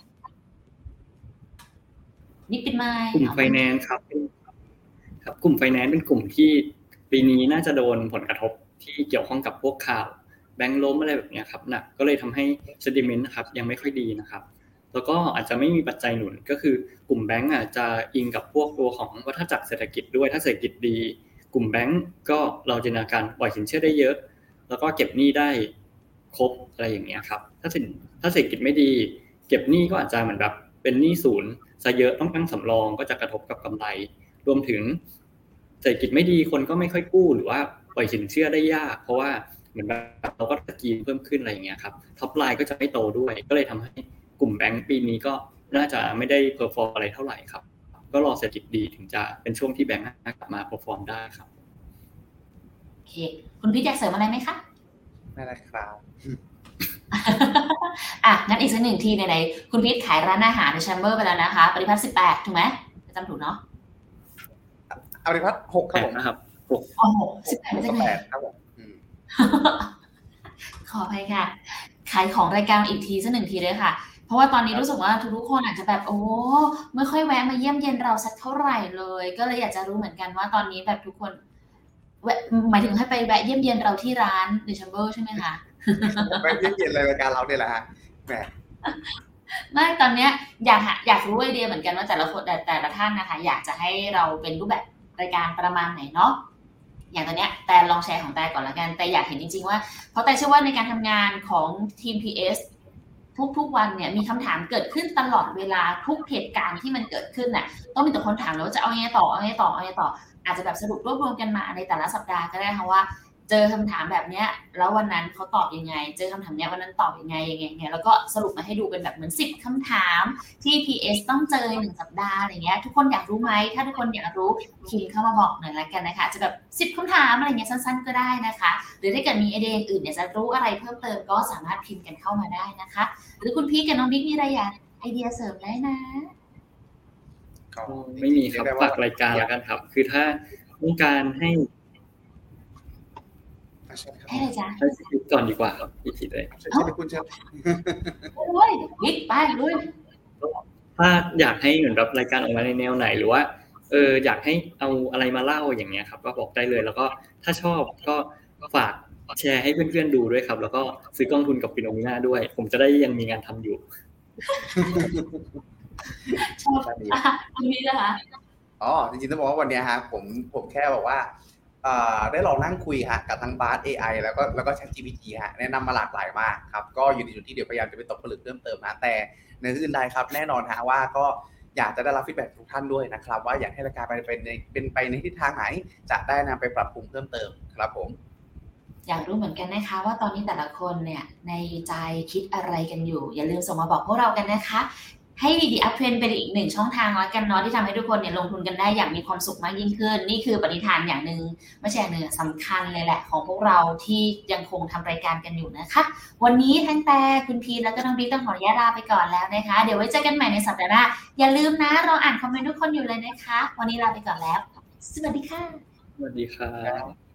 บิ๊กปิดไมค์กลุ่ม Finance ครับกลุ่ม Finance เป็นกลุ่มที่ปีนี้น่าจะโดนผลกระทบที่เกี่ยวข้องกับพวกข่าวแบงก์ล้มอะไรแบบนี้ครับหนักก็เลยทำให้ sentiment นะครับยังไม่ค่อยดีนะครับแล้วก็อาจจะไม่มีปัจจัยหนุนก็คือกลุ่มแบงก์อาจจะอิงกับพวกตัวของวัฏจักรเศรษฐกิจด้วยถ้าเศรษฐกิจดีกลุ่มแบงก์ก็เราจินตนาการปล่อยสินเชื่อได้เยอะแล้วก็เก็บหนี้ได้ครบอะไรอย่างเงี้ยครับถ้าเศรษฐกิจไม่ดีเก็บหนี้ก็อาจจะเหมือนแบบเป็นหนี้ศูนย์ซะเยอะต้องตั้งสำรองก็จะกระทบกับกำไรรวมถึงเศรษฐกิจไม่ดีคนก็ไม่ค่อยกู้หรือว่าปล่อยสินเชื่อได้ยากเพราะว่าเหมือนแบบเราก็สกรีนเพิ่มขึ้นอะไรอย่างเงี้ยครับท็อปไลน์ก็จะไม่โตด้วยก็เลยทำให้กลุ่มแบงก์ปีนี้ก็น่าจะไม่ได้เพอร์ฟอร์มอะไรเท่าไหร่ครับก็รอเศรษฐกิจดีถึงจะเป็นช่วงที่แบงก์กลับมาเพอร์ฟอร์มได้ครับโอเคคุณพี่อยากเสริมอะไรไหมคะไม่ได้ครับงั้นอีกสักหนึ่งทีไหนๆคุณพี่ขายร้านอาหารในแชมเบอร์ไปแล้วนะคะปริพัฒน์18ถูกไหมจำถูกเนาะปริพัฒน์6ครับผมครับ 18ไม่ใช่ 8ครับผมขออภัยค่ะขายของรายการอีกทีสักหนึ่งทีเลยค่ะเพราะว่าตอนนี้รู้สึกว่าทุกคนอาจจะแบบโอ้ไม่ค่อยแวะมาเยี่ยมเยียนเราสักเท่าไหร่เลยก็เลยอยากจะรู้เหมือนกันว่าตอนนี้แบบทุกคนหมายถึงให้ไปแวะเยี่ยมเยียนเราที่ร้านเดอะแชมเบอร์ใช่ไหมคะแวะเยี่ยมเยียนรายการเราเนี่ยแหละฮะแหมไม่ตอนเนี้ยอยากรู้ไอเดียเหมือนกันว่าแต่ละคนแต่ละท่านนะคะอยากจะให้เราเป็นรูปแบบรายการประมาณไหนเนาะอย่างตอนเนี้ยแต่ลองแชร์ของแต่ก่อนละกันแต่อยากเห็นจริงๆว่าเพราะแต่เชื่อว่าในการทำงานของทีม PS ทุกวันเนี่ยมีคำถามเกิดขึ้นตลอดเวลาทุกเหตุการณ์ที่มันเกิดขึ้นน่ะต้องมีแต่คนถามแล้วว่าจะเอาไงต่ออาจจะแบบสรุปรวบรวมกันมาในแต่ละสัปดาห์ก็ได้ค่ะว่าเจอคำถามแบบเนี้ยแล้ววันนั้นเขาตอบยังไงเจอคำถามเนี้ยวันนั้นตอบยังไงเนี่ยแล้วก็สรุปมาให้ดูเป็นแบบเหมือน10คำถามที่ PS ต้องเจอใน1สัปดาห์อะไรเงี้ยทุกคนอยากรู้ไหมถ้าทุกคนอยากรู้พิมพ์เข้ามาบอกหน่อยละกันนะคะจะแบบ10คำถามอะไรเงี้ยสั้นๆก็ได้นะคะหรือถ้าเกิดมีไอเดียอื่นเนี่ยจะรู้อะไรเพิ่มเติมก็สามารถพิมพ์กันเข้ามาได้นะคะหรือคุณพี่กับน้องบิ๊กมีอะไรอยากไอเดียเสริมได้นะไม่มีครับฝากรายการแล้วกันครับคือถ้าต้องการให้อะไรจ๊ะให้บิ๊กก่อนดีกว่าครับอีกทีเลยใช่คุณเชิญเลยบิ๊กไปเลยถ้าอยากให้เหมือนแบบรายการออกมาในแนวไหนหรือว่าอยากให้เอาอะไรมาเล่าอย่างเงี้ยครับก็บอกได้เลยแล้วก็ถ้าชอบก็ฝากแชร์ให้เพื่อนๆดูด้วยครับแล้วก็ซื้อกองทุนกับฟิโนเมนาด้วยผมจะได้ยังมีงานทำอยู่ชอบอันนี้นะคะจริงๆต้องบอกว่าวันนี้ฮะผมแค่บอกว่าได้ลองนั่งคุยฮะกับทั้ง Bard AI แล้วก็ ChatGPT ฮะแนะนำมาหลากหลายมากครับก็อยู่ในจุดที่เดี๋ยวพยายามจะไปตกผลึกเพิ่มเติมนะแต่ในอื่นใดครับแน่นอนฮะว่าก็อยากจะได้รับฟีดแบ็กทุกท่านด้วยนะครับว่าอยากให้รายการเป็นไปในทิศทางไหนจะได้นำไปปรับปรุงเพิ่มเติมครับผมอยากรู้เหมือนกันนะคะว่าตอนนี้แต่ละคนเนี่ยในใจคิดอะไรกันอยู่อย่าลืมส่งมาบอกพวกเรากันนะคะให้ดีอัพเทรนเป็นอีกหนึ่งช่องทางแล้วกันเนาะที่ทำให้ทุกคนเนี่ยลงทุนกันได้อย่างมีความสุขมากยิ่งขึ้นนี่คือปณิธานอย่างนึงไม่ใช่อย่างนึงสำคัญเลยแหละของพวกเราที่ยังคงทำรายการกันอยู่นะคะวันนี้ทั้งแต่คุณพีแล้วก็น้องบิ๊กต้องขออนุญาตลาไปก่อนแล้วนะคะเดี๋ยวไว้เจอกันใหม่ในสัปดาห์หน้าอย่าลืมนะเราอ่านคอมเมนต์ทุกคนอยู่เลยนะคะวันนี้ลาไปก่อนแล้วสวัสดีค่ะสวัสดีครับ